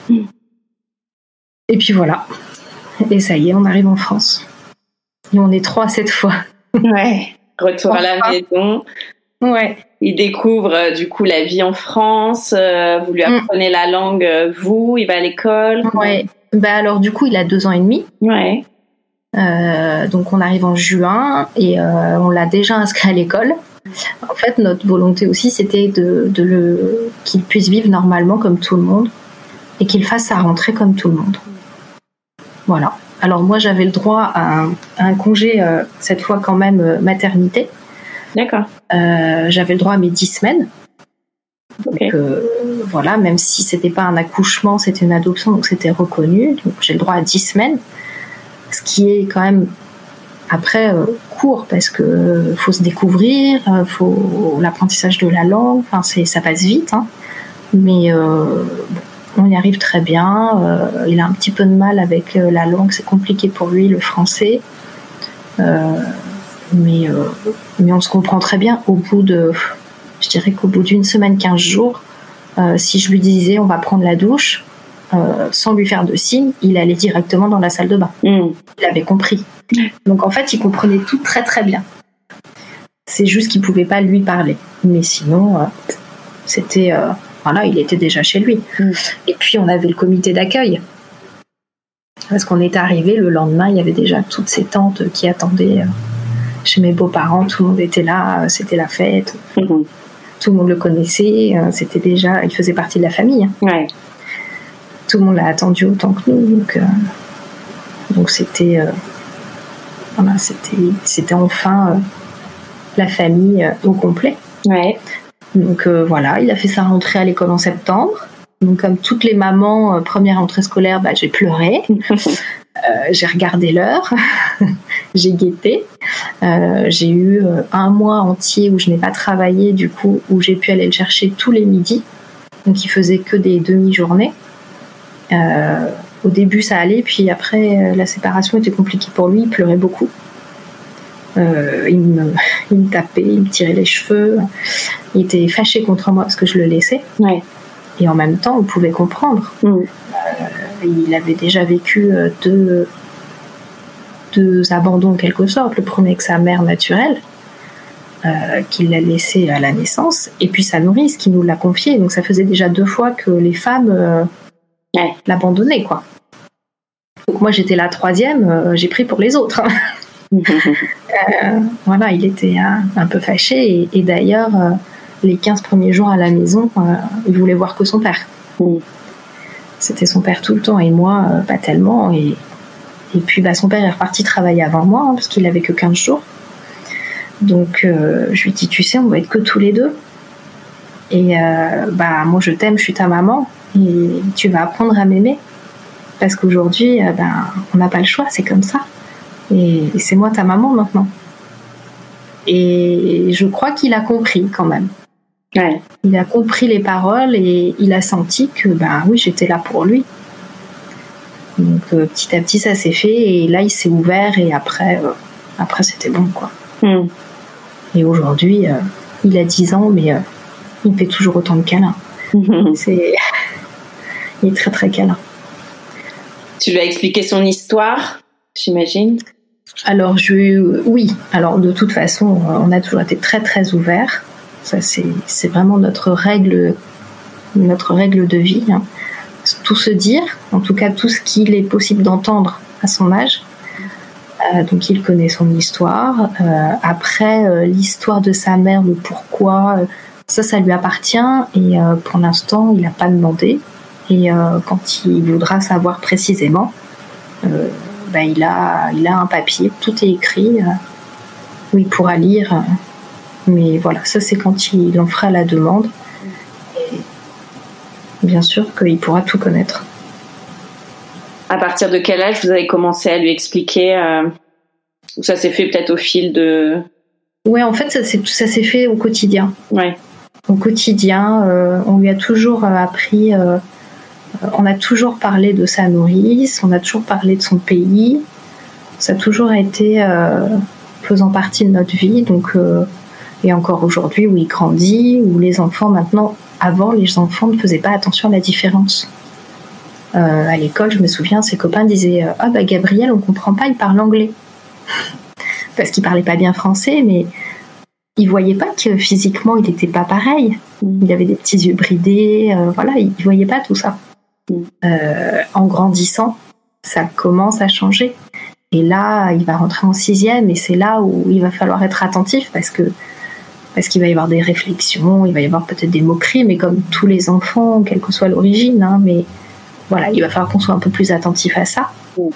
Et puis voilà, et ça y est, on arrive en France et on est 3 cette fois. Retour à la maison. Il découvre du coup la vie en France. Vous lui apprenez la langue, il va à l'école. Alors du coup il a 2 ans et demi. Donc on arrive en juin et on l'a déjà inscrit à l'école. En fait, notre volonté aussi, c'était qu'il puisse vivre normalement comme tout le monde et qu'il fasse sa rentrée comme tout le monde. Voilà. Alors moi, j'avais le droit à un congé, cette fois quand même maternité. D'accord. J'avais le droit à mes 10 semaines. Okay. Donc voilà, même si c'était pas un accouchement, c'était une adoption, donc c'était reconnu. Donc j'ai le droit à 10 semaines, ce qui est quand même après court parce que faut se découvrir, faut l'apprentissage de la langue. Enfin, ça passe vite, hein. Mais on y arrive très bien. Il a un petit peu de mal avec la langue, c'est compliqué pour lui, le français. Mais on se comprend très bien. Je dirais qu'au bout d'une semaine, 15 jours, si je lui disais on va prendre la douche, sans lui faire de signe, il allait directement dans la salle de bain. Il avait compris. Donc en fait, il comprenait tout très très bien. C'est juste qu'il pouvait pas lui parler. Mais sinon, c'était... voilà, il était déjà chez lui. Et puis on avait le comité d'accueil. Parce qu'on est arrivé, le lendemain, il y avait déjà toutes ces tantes qui attendaient chez mes beaux-parents. Tout le monde était là, c'était la fête. Tout le monde le connaissait, c'était déjà... Il faisait partie de la famille. Ouais. Tout le monde l'a attendu autant que nous. Donc c'était... voilà, c'était enfin la famille au complet. Ouais. Donc voilà, il a fait sa rentrée à l'école en septembre. Donc comme toutes les mamans, première rentrée scolaire, j'ai pleuré. J'ai regardé l'heure. J'ai guetté. J'ai eu un mois entier où je n'ai pas travaillé, du coup, où j'ai pu aller le chercher tous les midis. Donc il faisait que des demi-journées. Au début ça allait, puis après la séparation était compliquée pour lui, il pleurait beaucoup. Il me tapait, il me tirait les cheveux, il était fâché contre moi parce que je le laissais. Ouais. Et en même temps on pouvait comprendre. Il avait déjà vécu deux abandons en quelque sorte. Le premier avec sa mère naturelle, qui l'a laissé à la naissance, et puis sa nourrice qui nous l'a confié. Donc ça faisait déjà 2 fois que les femmes l'abandonnaient, quoi. Donc moi j'étais la 3e, j'ai pris pour les autres. Voilà, il était un peu fâché et d'ailleurs les 15 premiers jours à la maison, il voulait voir que son père. C'était son père tout le temps et moi pas tellement. Et puis son père est reparti travailler avant moi, parce qu'il avait que 15 jours. Donc je lui dis, tu sais, on va être que tous les deux. Et moi je t'aime, je suis ta maman et tu vas apprendre à m'aimer. Parce qu'aujourd'hui, on n'a pas le choix, c'est comme ça. Et c'est moi ta maman maintenant. Et je crois qu'il a compris quand même. Ouais. Il a compris les paroles et il a senti que oui, j'étais là pour lui. Donc petit à petit ça s'est fait et là il s'est ouvert et après c'était bon, quoi. Et aujourd'hui il a 10 ans mais il fait toujours autant de câlins. Il est très très câlin. Tu lui as expliqué son histoire, j'imagine? Alors oui, alors de toute façon on a toujours été très très ouverts. Ça c'est vraiment notre règle de vie, hein. Tout se dire, en tout cas tout ce qu'il est possible d'entendre à son âge. Donc il connaît son histoire. Après l'histoire de sa mère, le pourquoi, ça lui appartient et pour l'instant il n'a pas demandé. Et quand il voudra savoir précisément, il a un papier, tout est écrit, où il pourra lire. Mais voilà, ça c'est quand il en fera la demande. Et bien sûr qu'il pourra tout connaître. À partir de quel âge vous avez commencé à lui expliquer ou ça s'est fait peut-être au fil de... Ouais, en fait ça s'est fait au quotidien. Ouais. Au quotidien, on lui a toujours appris... on a toujours parlé de sa nourrice, on a toujours parlé de son pays. Ça a toujours été faisant partie de notre vie. Donc, et encore aujourd'hui, où il grandit, où les enfants maintenant... Avant, les enfants ne faisaient pas attention à la différence. À l'école, je me souviens, ses copains disaient « Ah Gabriel, on ne comprend pas, il parle anglais. » Parce qu'il ne parlait pas bien français, mais ils ne voyaient pas que physiquement, il n'était pas pareil. Il avait des petits yeux bridés, voilà, ils ne voyaient pas tout ça. En grandissant, ça commence à changer. Et là, il va rentrer en 6e et c'est là où il va falloir être attentif parce qu'il va y avoir des réflexions, il va y avoir peut-être des moqueries, mais comme tous les enfants, quelle que soit l'origine, hein, mais voilà, il va falloir qu'on soit un peu plus attentif à ça.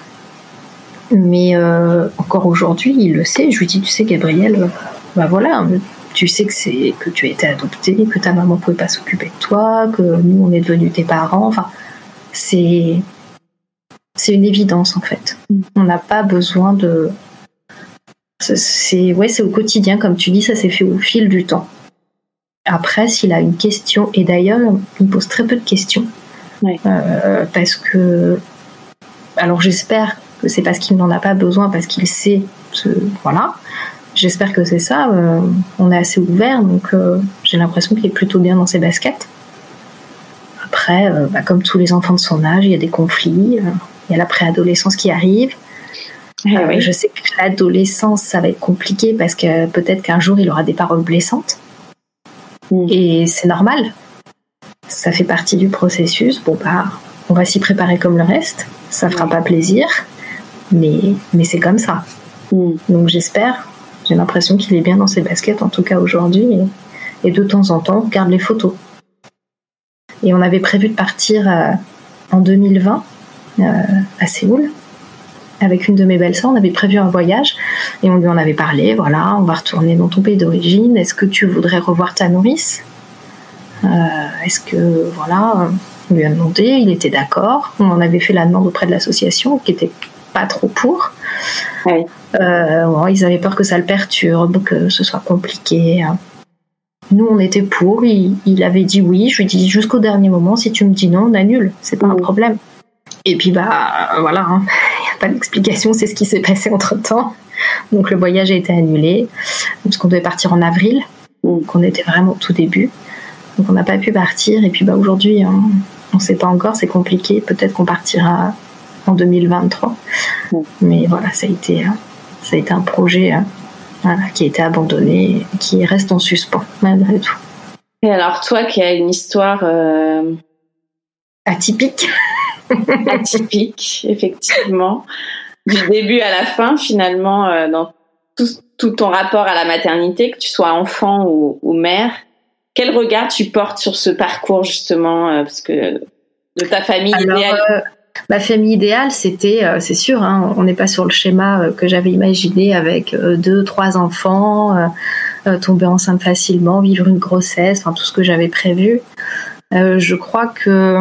Mais encore aujourd'hui, il le sait. Je lui dis, tu sais, Gabriel, voilà, tu sais que tu as été adoptée, que ta maman pouvait pas s'occuper de toi, que nous, on est devenus tes parents. Enfin, c'est une évidence, en fait. On n'a pas besoin de... C'est au quotidien, comme tu dis, ça s'est fait au fil du temps. Après, s'il a une question, et d'ailleurs, il pose très peu de questions, parce que... Alors, j'espère que c'est parce qu'il n'en a pas besoin, parce qu'il sait... Voilà. J'espère que c'est ça. On est assez ouvert, donc j'ai l'impression qu'il est plutôt bien dans ses baskets. Après, comme tous les enfants de son âge, il y a des conflits, il y a la préadolescence qui arrive. Oui. Je sais que l'adolescence, ça va être compliqué parce que peut-être qu'un jour, il aura des paroles blessantes. Et c'est normal. Ça fait partie du processus. Bon, on va s'y préparer comme le reste. Ça fera pas plaisir, mais c'est comme ça. Donc j'espère, j'ai l'impression qu'il est bien dans ses baskets, en tout cas aujourd'hui. Et de temps en temps, on regarde les photos. Et on avait prévu de partir en 2020 à Séoul. Avec une de mes belles-sœurs, on avait prévu un voyage et on lui en avait parlé. Voilà, on va retourner dans ton pays d'origine. Est-ce que tu voudrais revoir ta nourrice ? Est-ce que, voilà, on lui a demandé, il était d'accord. On en avait fait la demande auprès de l'association qui était pas trop pour. Oui. Ils avaient peur que ça le perturbe, que ce soit compliqué. Nous, on était pour. Il avait dit oui. Je lui ai dit jusqu'au dernier moment, si tu me dis non, on annule. C'est pas un problème. Et puis, voilà, hein. Il n'y a pas d'explication, c'est ce qui s'est passé entre-temps. Donc, le voyage a été annulé, parce qu'on devait partir en avril, donc on était vraiment au tout début. Donc, on n'a pas pu partir. Et puis, aujourd'hui, on ne sait pas encore, c'est compliqué. Peut-être qu'on partira en 2023. Mais voilà, ça a été un projet qui a été abandonné, qui reste en suspens, malgré tout. Et alors, toi qui as une histoire... atypique. Atypique, effectivement. Du début à la fin, finalement, dans tout ton rapport à la maternité, que tu sois enfant ou mère, quel regard tu portes sur ce parcours, justement, parce que de ta famille idéale? Ma famille idéale, c'était, c'est sûr, hein, on n'est pas sur le schéma que j'avais imaginé avec 2-3 enfants, tomber enceinte facilement, vivre une grossesse, enfin tout ce que j'avais prévu. Je crois que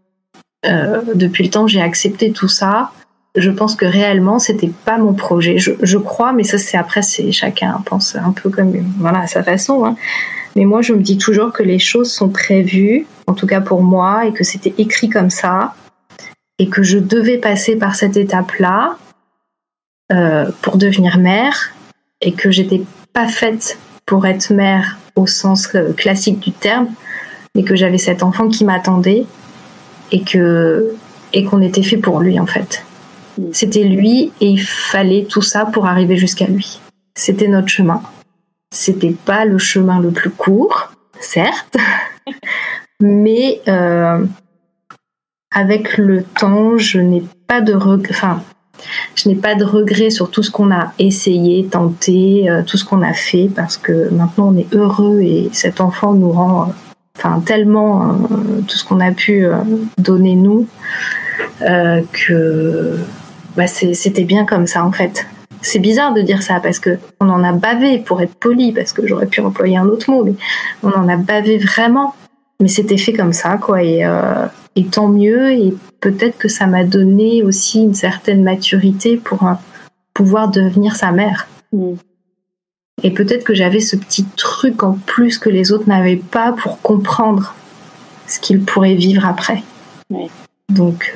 depuis le temps j'ai accepté tout ça. Je pense que réellement c'était pas mon projet. Je crois, mais ça c'est chacun pense un peu comme à sa façon. Hein. Mais moi je me dis toujours que les choses sont prévues, en tout cas pour moi, et que c'était écrit comme ça, et que je devais passer par cette étape-là pour devenir mère, et que j'étais pas faite pour être mère au sens classique du terme, mais que j'avais cet enfant qui m'attendait. Et qu'on était fait pour lui, en fait. C'était lui et il fallait tout ça pour arriver jusqu'à lui. C'était notre chemin. C'était pas le chemin le plus court, certes, mais avec le temps, je n'ai pas de regret sur tout ce qu'on a essayé, tenté, tout ce qu'on a fait, parce que maintenant on est heureux et cet enfant nous rend... tellement tout ce qu'on a pu donner nous que c'était bien comme ça en fait. C'est bizarre de dire ça parce que on en a bavé, pour être poli, parce que j'aurais pu employer un autre mot, mais on en a bavé vraiment, mais c'était fait comme ça quoi, et tant mieux, et peut-être que ça m'a donné aussi une certaine maturité pour pouvoir devenir sa mère. Et peut-être que j'avais ce petit truc en plus que les autres n'avaient pas pour comprendre ce qu'ils pourraient vivre après. Oui. Donc,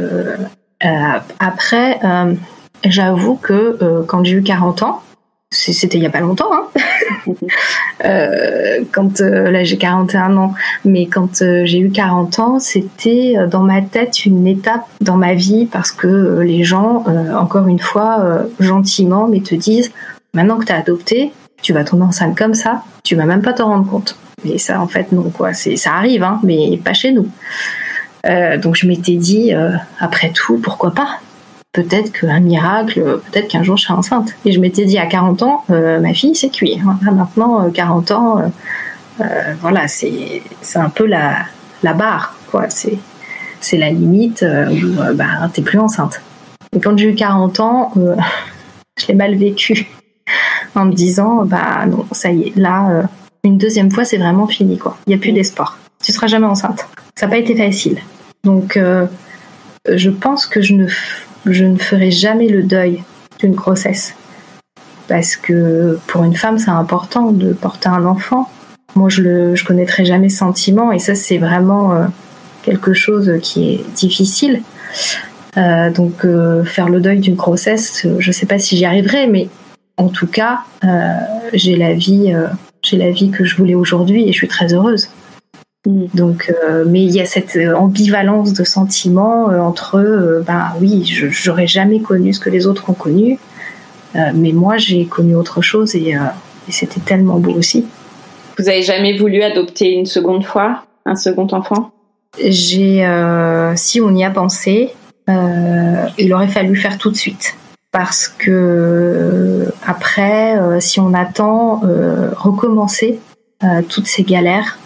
après, j'avoue que quand j'ai eu 40 ans, c'était il n'y a pas longtemps, hein quand là j'ai 41 ans, mais quand j'ai eu 40 ans, c'était dans ma tête une étape dans ma vie, parce que les gens, encore une fois, gentiment, mais te disent: maintenant que t'as adopté, tu vas tomber enceinte comme ça, tu vas même pas t'en rendre compte. Mais ça, en fait, non, quoi. Ça arrive, hein, mais pas chez nous. Donc je m'étais dit, après tout, pourquoi pas ? peut-être qu'un miracle, peut-être qu'un jour je serai enceinte. Et je m'étais dit à 40 ans, ma fille c'est cuit. Maintenant 40 ans, voilà, c'est un peu la barre, quoi. C'est la limite où t'es plus enceinte. Et quand j'ai eu 40 ans, je l'ai mal vécu en me disant non, ça y est, là, une deuxième fois c'est vraiment fini, quoi. Il n'y a plus d'espoir. Tu seras jamais enceinte. Ça n'a pas été facile. Donc je pense que je ne ferai jamais le deuil d'une grossesse. Parce que pour une femme, c'est important de porter un enfant. Moi, je connaîtrai jamais ce sentiment, et ça, c'est vraiment quelque chose qui est difficile. Donc, faire le deuil d'une grossesse, je sais pas si j'y arriverai, mais en tout cas, j'ai la vie que je voulais aujourd'hui, et je suis très heureuse. Donc, mais il y a cette ambivalence de sentiments entre oui, j'aurais jamais connu ce que les autres ont connu, mais moi j'ai connu autre chose, et c'était tellement beau aussi. Vous avez jamais voulu adopter une seconde fois, un second enfant? Si on y a pensé, il aurait fallu faire tout de suite, parce que après, si on attend, recommencer toutes ces galères,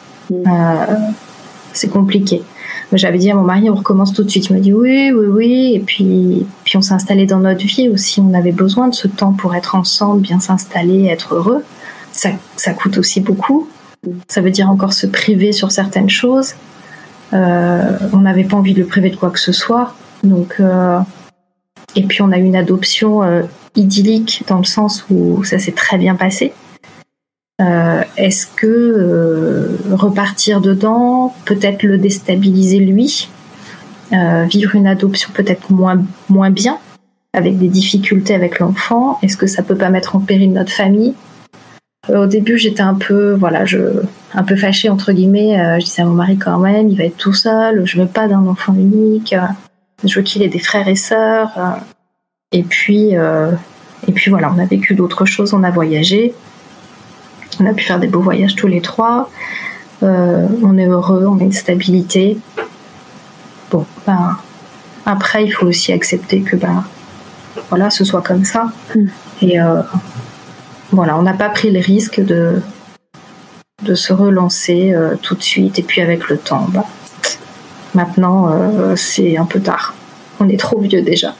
c'est compliqué. J'avais dit à mon mari, on recommence tout de suite. Il m'a dit oui, et puis on s'est installé dans notre vie aussi. On avait besoin de ce temps pour être ensemble, bien s'installer, être heureux. Ça coûte aussi beaucoup. Ça veut dire encore se priver sur certaines choses. On n'avait pas envie de le priver de quoi que ce soit. Donc, et puis on a eu une adoption idyllique, dans le sens où ça s'est très bien passé. Est-ce que repartir dedans, peut-être le déstabiliser lui, vivre une adoption peut-être moins bien, avec des difficultés avec l'enfant, est-ce que ça peut pas mettre en péril notre famille? Au début, j'étais un peu fâchée, entre guillemets. Je disais à mon mari, quand même, il va être tout seul, je veux pas d'un enfant unique, je veux qu'il ait des frères et sœurs. Et puis voilà, on a vécu d'autres choses, on a voyagé. On a pu faire des beaux voyages tous les trois. On est heureux, on a une stabilité. Bon, après, il faut aussi accepter que voilà, ce soit comme ça. Et voilà, on n'a pas pris le risque de se relancer tout de suite. Et puis avec le temps, maintenant, c'est un peu tard. On est trop vieux déjà.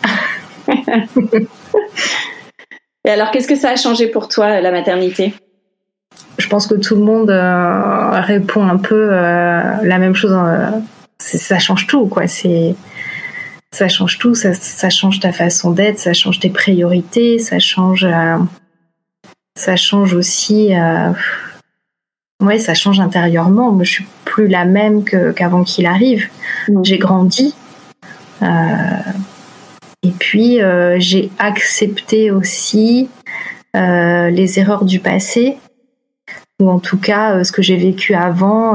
Et alors, qu'est-ce que ça a changé pour toi, la maternité ? Je pense que tout le monde répond un peu la même chose. Ça change tout, quoi. Ça change tout. Ça change ta façon d'être, ça change tes priorités, ça change aussi. Ouais, ça change intérieurement. Moi, je suis plus la même qu'avant qu'il arrive. J'ai grandi. Et puis, j'ai accepté aussi les erreurs du passé, ou en tout cas ce que j'ai vécu avant,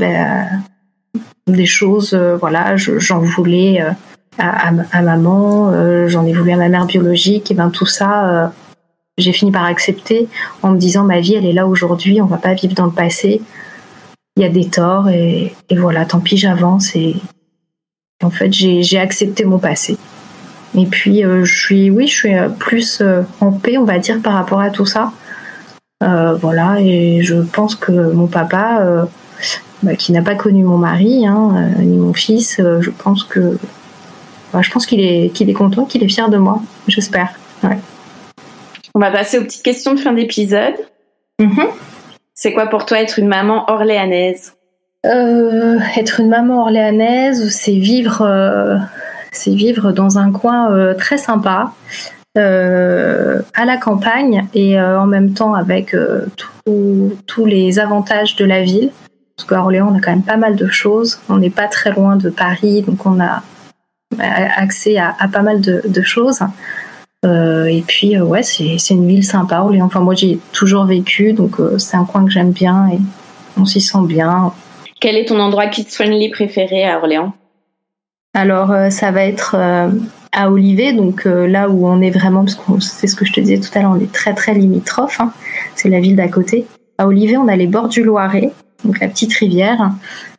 des choses, voilà, j'en voulais à maman, j'en ai voulu à ma mère biologique, et tout ça, j'ai fini par accepter en me disant ma vie elle est là aujourd'hui, on va pas vivre dans le passé, il y a des torts, et voilà, tant pis, j'avance, et en fait j'ai accepté mon passé. Et puis je suis plus en paix, on va dire, par rapport à tout ça. Voilà, et je pense que mon papa, qui n'a pas connu mon mari, ni mon fils, je pense qu'il est content, qu'il est fier de moi, j'espère. Ouais. On va passer aux petites questions de fin d'épisode. C'est quoi pour toi être une maman orléanaise ? Être une maman orléanaise, c'est vivre dans un coin très sympa, à la campagne, et en même temps avec tous les avantages de la ville. Parce qu'à Orléans, on a quand même pas mal de choses. On n'est pas très loin de Paris, donc on a accès à pas mal de choses. Et puis, ouais, c'est une ville sympa, Orléans. Enfin, moi, j'y ai toujours vécu, donc c'est un coin que j'aime bien et on s'y sent bien. Quel est ton endroit kids-friendly préféré à Orléans ? Alors, ça va être à Olivet, donc là où on est vraiment, parce que c'est ce que je te disais tout à l'heure, on est très très limitrophe, c'est la ville d'à côté. À Olivet, on a les bords du Loiret, donc la petite rivière,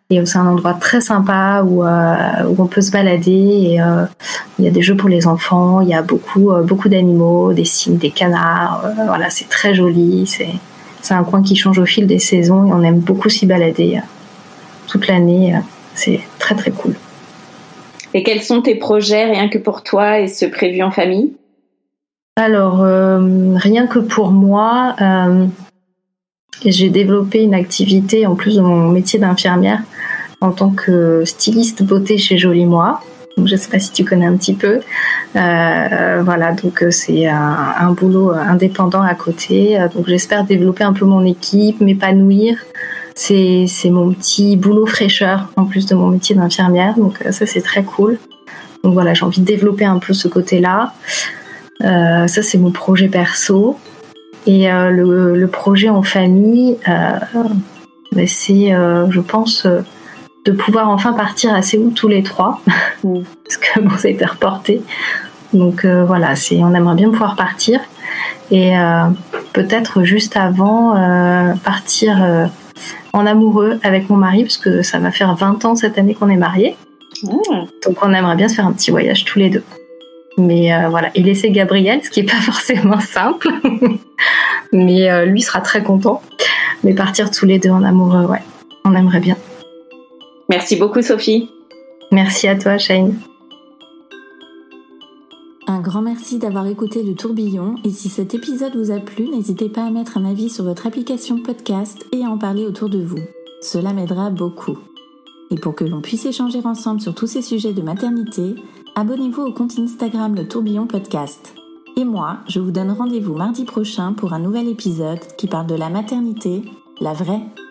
Et c'est un endroit très sympa où on peut se balader. Et il y a des jeux pour les enfants, il y a beaucoup d'animaux, des cygnes, des canards. Voilà, c'est très joli. C'est un coin qui change au fil des saisons et on aime beaucoup s'y balader toute l'année. C'est très très cool. Et quels sont tes projets rien que pour toi et ceux prévus en famille ? Alors, rien que pour moi, j'ai développé une activité en plus de mon métier d'infirmière en tant que styliste beauté chez Joli Moi. Donc, je ne sais pas si tu connais un petit peu. Voilà, donc c'est un boulot indépendant à côté. Donc, j'espère développer un peu mon équipe, m'épanouir. C'est mon petit boulot fraîcheur en plus de mon métier d'infirmière. Donc, ça, c'est très cool. Donc, voilà, j'ai envie de développer un peu ce côté-là. Ça, c'est mon projet perso. Et le projet en famille, c'est, je pense, de pouvoir enfin partir à Séoul tous les 3. Parce que bon, ça a été reporté. Donc voilà, on aimerait bien pouvoir partir. Et peut-être juste avant, partir en amoureux avec mon mari, parce que ça va faire 20 ans cette année qu'on est mariés. Donc on aimerait bien se faire un petit voyage tous les deux. Mais voilà, et laisser Gabriel, ce qui n'est pas forcément simple. Mais lui sera très content. Mais partir tous les deux en amoureux, ouais, on aimerait bien. Merci beaucoup Sophie. Merci à toi Shane. Un grand merci d'avoir écouté Le Tourbillon et si cet épisode vous a plu, n'hésitez pas à mettre un avis sur votre application podcast et à en parler autour de vous. Cela m'aidera beaucoup. Et pour que l'on puisse échanger ensemble sur tous ces sujets de maternité, abonnez-vous au compte Instagram Le Tourbillon Podcast. Et moi, je vous donne rendez-vous mardi prochain pour un nouvel épisode qui parle de la maternité, la vraie.